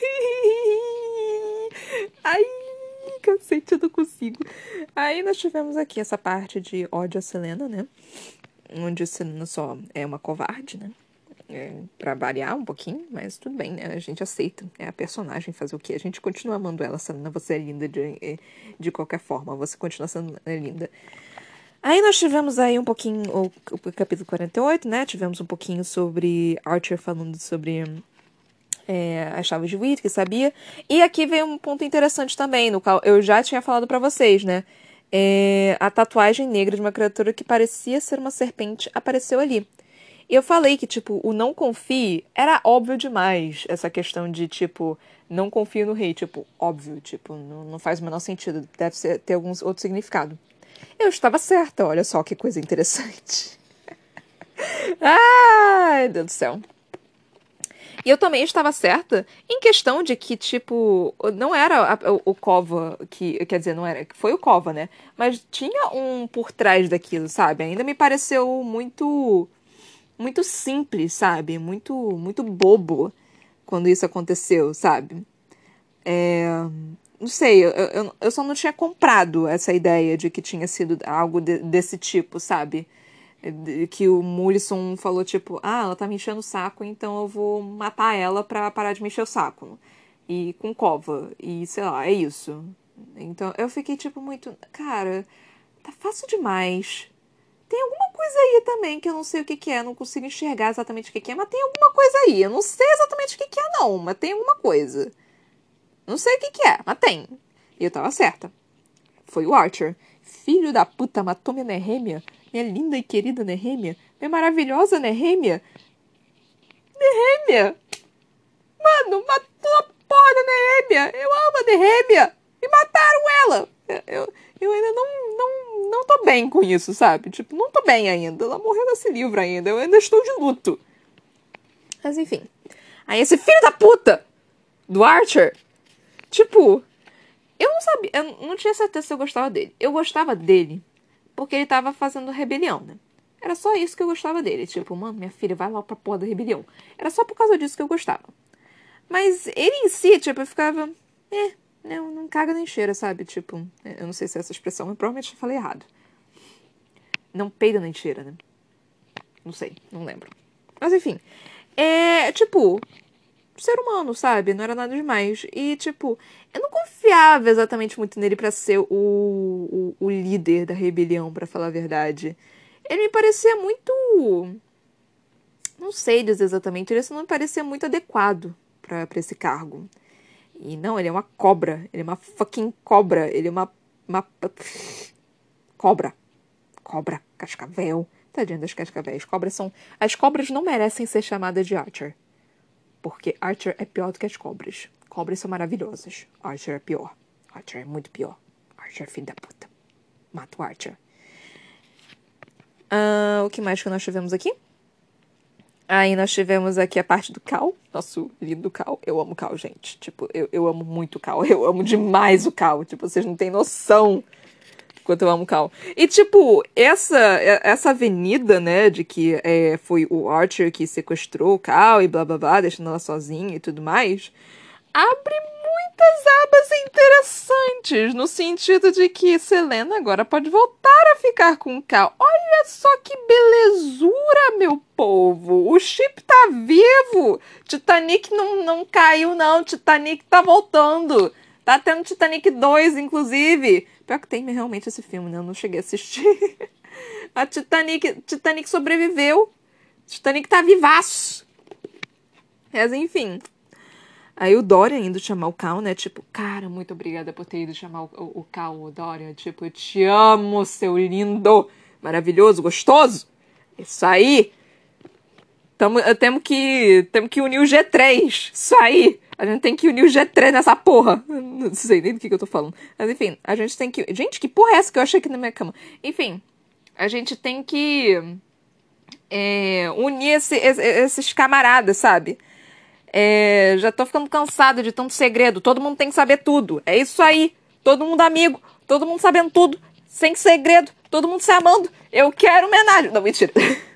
Ai, cacete, eu não consigo. Aí nós tivemos aqui essa parte de ódio a Selena, né? Onde a Selena só é uma covarde, né? Pra variar um pouquinho, mas tudo bem, né? A gente aceita. É a personagem fazer o quê? A gente continua amando ela, Selena. Você é linda de qualquer forma. Você continua sendo linda. Aí nós tivemos aí um pouquinho o capítulo 48, né? Tivemos um pouquinho sobre Archer falando sobre as chaves de Wit, que sabia. E aqui veio um ponto interessante também, no qual eu já tinha falado pra vocês, né? A tatuagem negra de uma criatura que parecia ser uma serpente apareceu ali. E eu falei que, tipo, o não confie era óbvio demais. Essa questão de, tipo, não confio no rei. Tipo, óbvio, tipo, não faz o menor sentido. Deve ter algum outro significado. Eu estava certa, olha só que coisa interessante. Ai, Deus do céu. E eu também estava certa em questão de que, tipo, não era o Kova que... Quer dizer, não era... Foi o Kova, né? Mas tinha um por trás daquilo, sabe? Ainda me pareceu muito... Muito simples, sabe? Muito bobo quando isso aconteceu, sabe? Não sei, eu só não tinha comprado essa ideia de que tinha sido algo desse tipo, sabe? Que o Mullisson falou, tipo, ela tá me enchendo o saco, então eu vou matar ela pra parar de me encher o saco. E com cova. E, sei lá, é isso. Então, eu fiquei, tipo, muito... Cara, tá fácil demais. Tem alguma coisa aí também que eu não sei o que que é, não consigo enxergar exatamente o que que é, mas tem alguma coisa aí. Eu não sei exatamente o que que é, não, mas tem alguma coisa. Não sei o que que é, mas tem. E eu tava certa. Foi o Archer. Filho da puta, matou minha Nehemia. Minha linda e querida Nehemia. Minha maravilhosa Nehemia. Nehemia! Mano, matou a porra da Nehemia. Eu amo a Nehemia. E mataram ela. Eu ainda não tô bem com isso, sabe? Tipo, não tô bem ainda. Ela morreu nesse livro ainda. Eu ainda estou de luto. Mas enfim. Aí esse filho da puta do Archer, tipo... Eu não sabia, eu não tinha certeza se eu gostava dele. Eu gostava dele porque ele tava fazendo rebelião, né? Era só isso que eu gostava dele. Tipo, mano, minha filha, vai lá pra porra da rebelião. Era só por causa disso que eu gostava. Mas ele em si, tipo, eu ficava... não caga nem cheira, sabe? Tipo, eu não sei se é essa expressão, eu provavelmente falei errado. Não peida nem cheira, né? Não sei, não lembro. Mas enfim, tipo... ser humano, sabe? Não era nada demais. E, tipo, eu não confiava exatamente muito nele pra ser o líder da rebelião, pra falar a verdade. Ele me parecia muito... Não sei dizer exatamente. Ele só não me parecia muito adequado pra esse cargo. E não, ele é uma cobra. Ele é uma fucking cobra. Ele é uma Cobra. Cobra. Cascavel. Tadinha das cascavéis. As cobras não merecem ser chamadas de Archer. Porque Archer é pior do que as cobras. Cobras são maravilhosas. Archer é pior. Archer é muito pior. Archer é filho da puta. Mata o Archer. O que mais que nós tivemos aqui? Aí nós tivemos aqui a parte do Cal. Nosso lindo Cal. Eu amo Cal, gente. Tipo, eu amo muito o Cal. Eu amo demais o Cal. Tipo, vocês não têm noção quanto eu amo o Cal. E, tipo, essa avenida, né, de que foi o Archer que sequestrou o Cal e blá blá blá, deixando ela sozinha e tudo mais, abre muitas abas interessantes, no sentido de que Selena agora pode voltar a ficar com o Cal. Olha só que belezura, meu povo! O chip tá vivo! Titanic não caiu, não. Titanic tá voltando. Tá tendo Titanic 2, inclusive. Pior que tem realmente esse filme, né? Eu não cheguei a assistir. A Titanic sobreviveu. Titanic tá vivaço. Mas, enfim. Aí o Dorian indo chamar o Cal, né? Tipo, cara, muito obrigada por ter ido chamar o Cal, o Dorian. Tipo, eu te amo, seu lindo, maravilhoso, gostoso. Isso aí. Temos que unir o G3. Isso aí. A gente tem que unir o G3 nessa porra. Não sei nem do que eu tô falando. Mas enfim, a gente tem que... Gente, que porra é essa que eu achei aqui na minha cama? Enfim, a gente tem que unir esses camaradas, sabe? Já tô ficando cansada de tanto segredo. Todo mundo tem que saber tudo. É isso aí. Todo mundo amigo. Todo mundo sabendo tudo. Sem segredo. Todo mundo se amando. Eu quero homenagem. Não, mentira.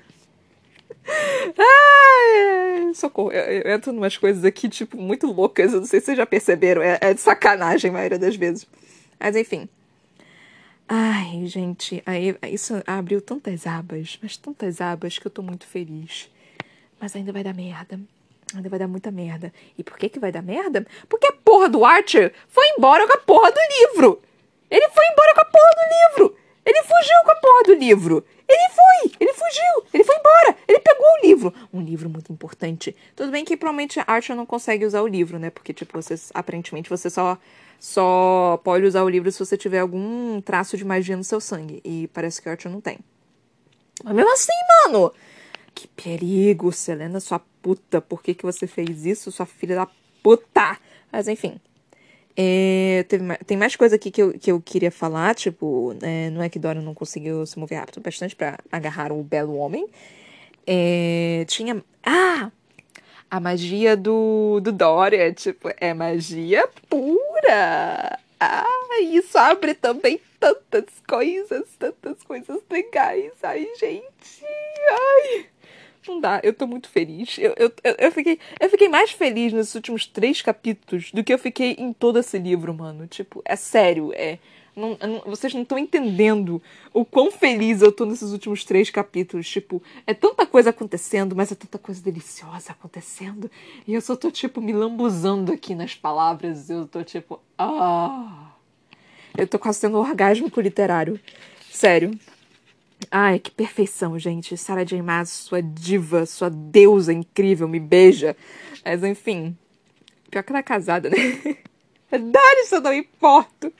Ai, socorro. Eu entro numas coisas aqui, tipo, muito loucas. Eu não sei se vocês já perceberam. É de sacanagem a maioria das vezes. Mas, enfim. Ai, gente. Aí, isso abriu tantas abas. Mas tantas abas que eu tô muito feliz. Mas ainda vai dar merda. Ainda vai dar muita merda. E por que vai dar merda? Porque a porra do Archer foi embora com a porra do livro. Ele foi embora com a porra do livro. Ele fugiu com a porra do livro. Ele fugiu, ele foi embora, ele pegou o livro. Um livro muito importante. Tudo bem que provavelmente a Archer não consegue usar o livro, né? Porque, tipo, aparentemente você só pode usar o livro se você tiver algum traço de magia no seu sangue. E parece que a Archer não tem. Mas mesmo assim, mano... Que perigo, Selena, sua puta. Por que você fez isso, sua filha da puta? Mas, enfim. Tem mais coisa aqui que eu queria falar. Tipo, não é que Dorian não conseguiu se mover rápido bastante pra agarrar o belo homem. Tinha... A magia do Dorian. Tipo, é magia pura. Isso abre também tantas coisas legais. Ai, gente. Ai... Não dá, eu tô muito feliz. Eu fiquei mais feliz nesses últimos 3 capítulos do que eu fiquei em todo esse livro, mano. Tipo, é sério, vocês não estão entendendo o quão feliz eu tô nesses últimos 3 capítulos. Tipo, é tanta coisa acontecendo, mas é tanta coisa deliciosa acontecendo. E eu só tô, tipo, me lambuzando aqui nas palavras. Eu tô, tipo, eu tô quase tendo um orgásmico literário. Sério. Ai, que perfeição, gente. Sarah J. Maas, sua diva, sua deusa incrível, me beija. Mas, enfim. Pior que ela é casada, né? Dane-se, eu não importo.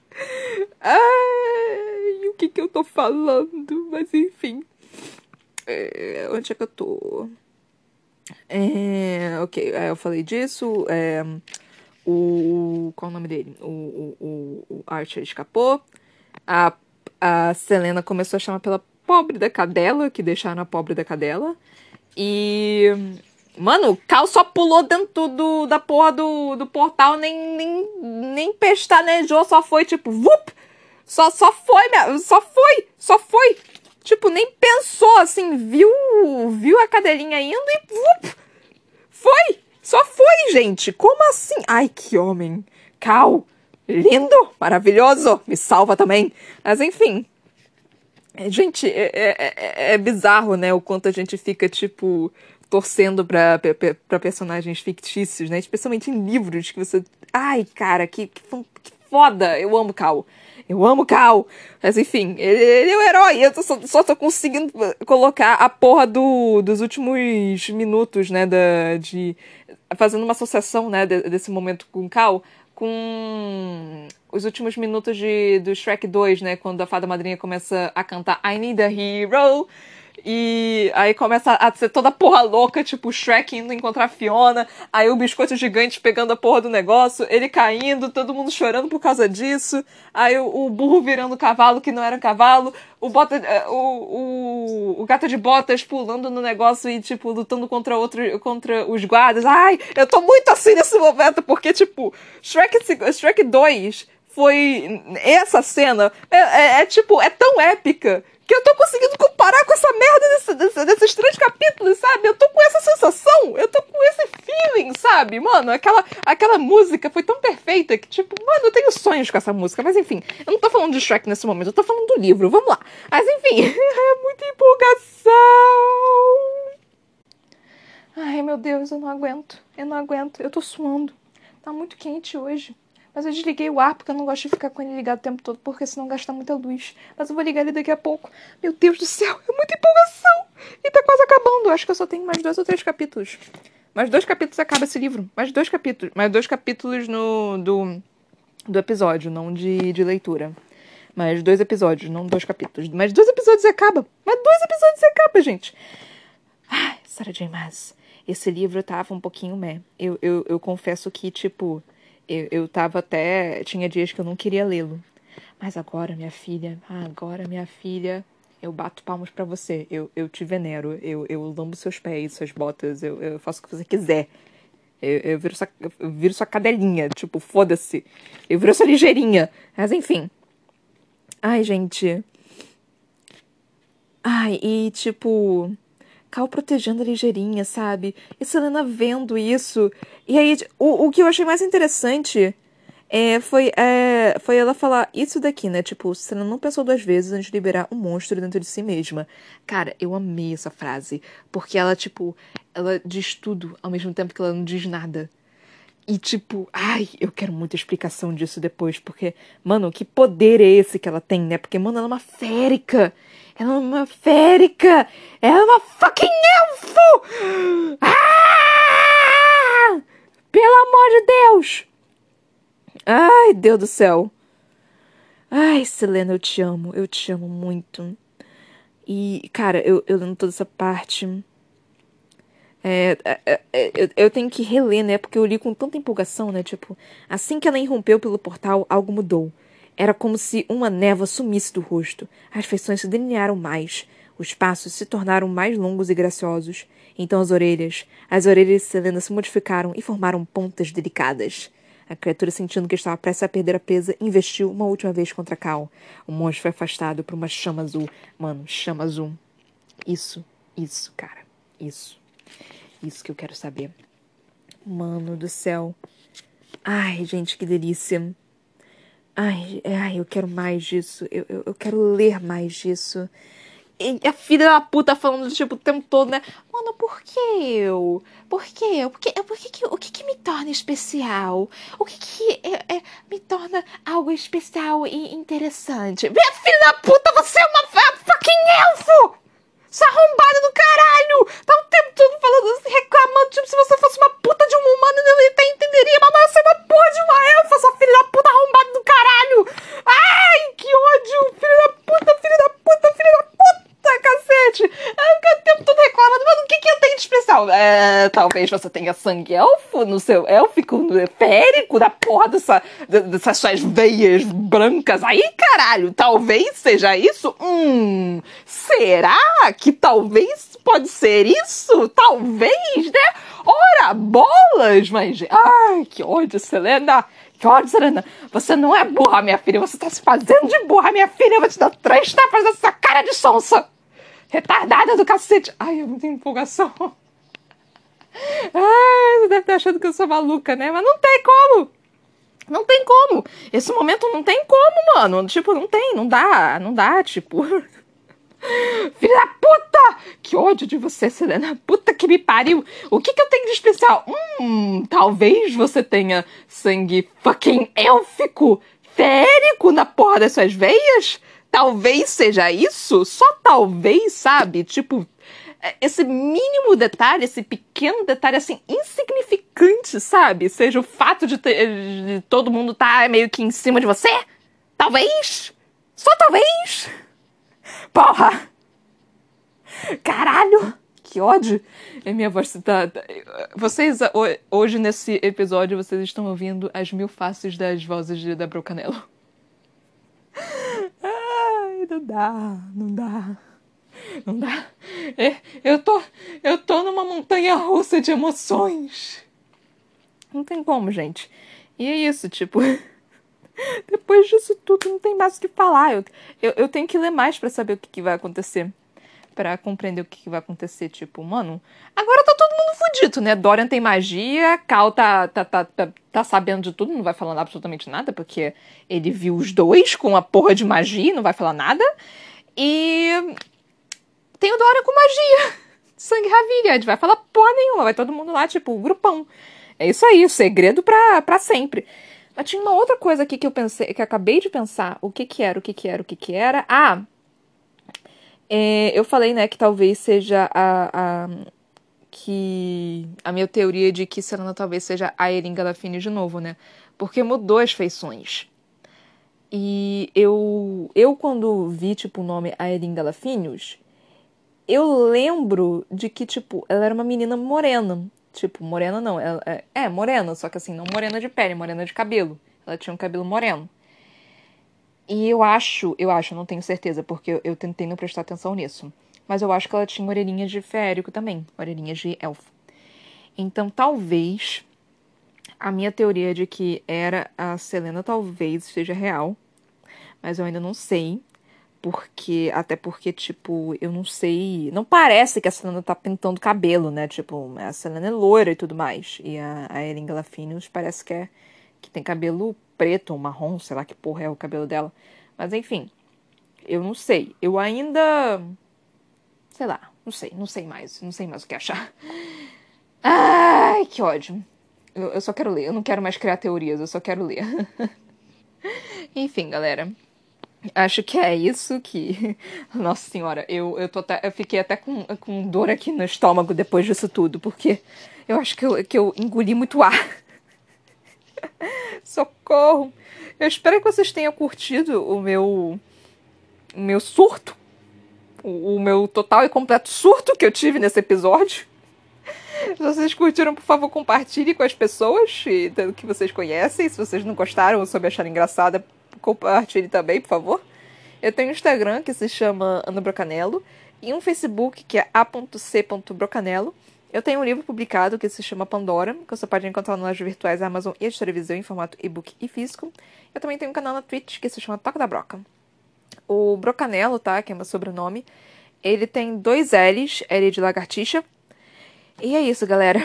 Ai, o que eu tô falando? Mas, enfim. Onde é que eu tô? Ok, eu falei disso. Qual é o nome dele? O Archer escapou. A Selena começou a chamar pela pobre da cadela, que deixaram a pobre da cadela. E... Mano, o Cal só pulou dentro da porra do portal, nem pestanejou, só foi tipo, vup! Só foi! Tipo, nem pensou, assim, viu a cadelinha indo e vup! Foi! Só foi, gente! Como assim? Ai, que homem! Cal! Lindo! Maravilhoso! Me salva também! Mas, enfim... Gente, é bizarro, né? O quanto a gente fica, tipo, torcendo pra personagens fictícios, né? Especialmente em livros que você... Ai, cara, que foda! Eu amo Cal. Eu amo Cal! Mas, enfim, ele é o herói. Eu só tô conseguindo colocar a porra dos últimos minutos, né? Fazendo uma associação, né? Desse momento com Cal com os últimos minutos do Shrek 2, né? Quando a fada madrinha começa a cantar I Need a Hero. E aí começa a ser toda porra louca, tipo o Shrek indo encontrar a Fiona, aí o biscoito gigante pegando a porra do negócio, ele caindo, todo mundo chorando por causa disso, aí o burro virando cavalo que não era cavalo, o gato de botas pulando no negócio e, tipo, lutando contra os guardas. Ai, eu tô muito assim nesse momento, porque, tipo, Shrek 2 foi... Essa cena tipo, é tão épica que eu tô conseguindo comparar com essa merda desses 3 capítulos, sabe? Eu tô com essa sensação, eu tô com esse feeling, sabe? Mano, aquela música foi tão perfeita que, tipo, mano, eu tenho sonhos com essa música. Mas, enfim, eu não tô falando de Shrek nesse momento, eu tô falando do livro, vamos lá. Mas, enfim, é muita empolgação. Ai, meu Deus, eu não aguento, eu tô suando. Tá muito quente hoje. Mas eu desliguei o ar porque eu não gosto de ficar com ele ligado o tempo todo, porque senão gasta muita luz. Mas eu vou ligar ele daqui a pouco. Meu Deus do céu, é muita empolgação! E tá quase acabando. Acho que eu só tenho mais 2 ou 3 capítulos. Mais 2 capítulos acaba esse livro. Mais 2 capítulos. Mais 2 capítulos do episódio, não de leitura. Mais 2 episódios, não 2 capítulos. Mais 2 episódios e acaba. Mais 2 episódios e acaba, gente. Ai, Sarah J. Maas. Esse livro tava um pouquinho meh. Eu confesso que, tipo... Eu tava até... Tinha dias que eu não queria lê-lo. Mas agora, minha filha... Eu bato palmas pra você. Eu te venero. Eu lambo seus pés, suas botas. Eu faço o que você quiser. Eu viro sua cadelinha. Tipo, foda-se. Eu viro sua ligeirinha. Mas, enfim. Ai, gente. Ai, e, tipo... Cal protegendo a ligeirinha, sabe? E Selena vendo isso. E aí, o que eu achei mais interessante foi ela falar isso daqui, né? Tipo, Selena não pensou 2 vezes antes de liberar um monstro dentro de si mesma. Cara, eu amei essa frase. Porque ela, tipo, ela diz tudo ao mesmo tempo que ela não diz nada. E, tipo, ai, eu quero muita explicação disso depois, porque, mano, que poder é esse que ela tem, né? Porque, mano, ela é uma férica. Ela é uma férica. Ela é uma fucking elfo! Ah! Pelo amor de Deus! Ai, Deus do céu. Ai, Selena, eu te amo muito. E, cara, eu lendo toda essa parte... eu tenho que reler, né? Porque eu li com tanta empolgação, né? Tipo, assim que ela irrompeu pelo portal, algo mudou. Era como se uma névoa sumisse do rosto. As feições se delinearam mais. Os passos se tornaram mais longos e graciosos. Então as orelhas de Selena se modificaram e formaram pontas delicadas. A criatura, sentindo que estava prestes a perder a presa, investiu uma última vez contra Cal. O monstro foi afastado por uma chama azul. Mano, chama azul. Isso, cara. Isso que eu quero saber. Mano do céu. Ai, gente, que delícia. Ai, eu quero mais disso. Eu quero ler mais disso. E a filha da puta falando, tipo, o tempo todo, né? Mano, por que eu? Por que eu? O que me torna especial? O que me torna algo especial e interessante? Minha filha da puta, você é uma fucking elfo! Sua arrombada do caralho! Tá o tempo todo falando, reclamando, tipo, se você fosse uma puta de uma humana, eu até entenderia, mas você é uma porra de uma elfa, sua filha da puta arrombada do caralho! Ai, que ódio! Filha da puta, cacete! Eu o tempo todo reclamando, mas o que eu tenho de especial? Talvez você tenha sangue elfo no seu élfico, férico, da porra dessas suas veias brancas aí, caralho! Talvez seja isso? Será que talvez pode ser isso? Talvez, né? Ora, bolas! Mas, ai, que ódio, Selena! Que ódio, Selena! Você não é burra, minha filha! Você tá se fazendo de burra, minha filha! Eu vou te dar 3 tapas nessa cara de sonsa! Retardada do cacete! Ai, é muita empolgação! Ai, você deve estar achando que eu sou maluca, né? Mas não tem como! Não tem como! Esse momento não tem como, mano! Tipo, não dá, tipo... Filha da puta! Que ódio de você, Selena. Puta que me pariu. O que eu tenho de especial? Talvez você tenha sangue fucking élfico, férico na porra das suas veias? Talvez seja isso? Só talvez, sabe? Tipo, esse mínimo detalhe, esse pequeno detalhe, assim, insignificante, sabe? Seja o fato de todo mundo tá meio que em cima de você. Talvez. Só talvez. Porra! Caralho! Que ódio! É minha voz tá. Vocês, hoje nesse episódio, vocês estão ouvindo as 1000 faces das vozes da Brocanello. Ai, não dá, não dá. Não dá. Eu tô numa montanha russa de emoções. Não tem como, gente. E é isso, tipo. Depois disso tudo, não tem mais o que falar. Eu tenho que ler mais pra saber o que vai acontecer. Pra compreender o que vai acontecer. Tipo, mano, agora tá todo mundo fudido, né? Dorian tem magia, Cal tá sabendo de tudo, não vai falando absolutamente nada, porque ele viu os dois com a porra de magia, não vai falar nada. E tem o Dorian com magia. Sangue Ravilha, a gente vai falar porra nenhuma, vai todo mundo lá, tipo, grupão. É isso aí, segredo pra sempre. Mas tinha uma outra coisa aqui que eu pensei, que eu acabei de pensar. O que que era? Ah, eu falei, né, que talvez seja que a minha teoria de que Serena talvez seja a Aeryn Galaffini de novo, né? Porque mudou as feições. E eu quando vi, tipo, o nome Aeryn Galaffinius, eu lembro de que, tipo, ela era uma menina morena. Tipo, morena não, ela morena, só que assim, não morena de pele, morena de cabelo. Ela tinha um cabelo moreno. E eu acho, não tenho certeza, porque eu tentei não prestar atenção nisso. Mas eu acho que ela tinha orelhinhas de feérico também, orelhinhas de elfo. Então, talvez, a minha teoria de que era a Selena talvez esteja real. Mas eu ainda não sei. Até porque, tipo, eu não sei. Não parece que a Selena tá pintando cabelo, né? Tipo, a Selena é loira e tudo mais. E a Erin Galaffinius parece que tem cabelo preto ou marrom, sei lá que porra é o cabelo dela. Mas enfim, eu não sei. Eu ainda. Sei lá, não sei mais. Não sei mais o que achar. Ai, que ódio. Eu só quero ler. Eu não quero mais criar teorias, eu só quero ler. Enfim, galera. Acho que é isso que. Nossa senhora, eu fiquei até com dor aqui no estômago depois disso tudo, porque eu acho que eu engoli muito ar. Socorro! Eu espero que vocês tenham curtido o meu surto, o meu total e completo surto que eu tive nesse episódio. Se vocês curtiram, por favor, compartilhe com as pessoas que vocês conhecem. Se vocês não gostaram ou souber achar engraçada, compartilhe também, por favor. Eu tenho um Instagram que se chama Ana Brocanello e um Facebook que é a.c.brocanello. Eu tenho um livro publicado que se chama Pandora, que você pode encontrar nas lojas virtuais da Amazon e Editora Viseu em formato e-book e físico. Eu também tenho um canal na Twitch que se chama Toca da Broca. O Brocanello, tá? Que é meu sobrenome. Ele tem 2 L's, L de lagartixa. E é isso, galera.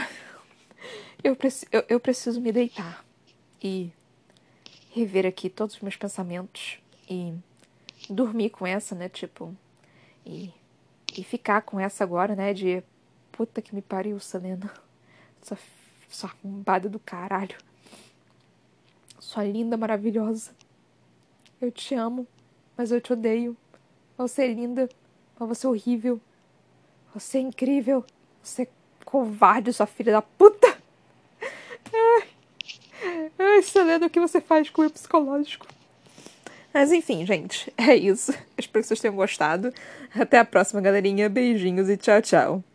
Eu preciso me deitar e rever aqui todos os meus pensamentos e dormir com essa, né? Tipo, e ficar com essa agora, né? De puta que me pariu, Selena. Sua arrombada do caralho. Sua linda, maravilhosa. Eu te amo, mas eu te odeio. Você é linda, mas você é horrível. Você é incrível. Você é covarde, sua filha da puta. Ai, Selena, o que você faz com o psicológico? Mas enfim, gente, é isso. Espero que vocês tenham gostado. Até a próxima, galerinha. Beijinhos e tchau, tchau.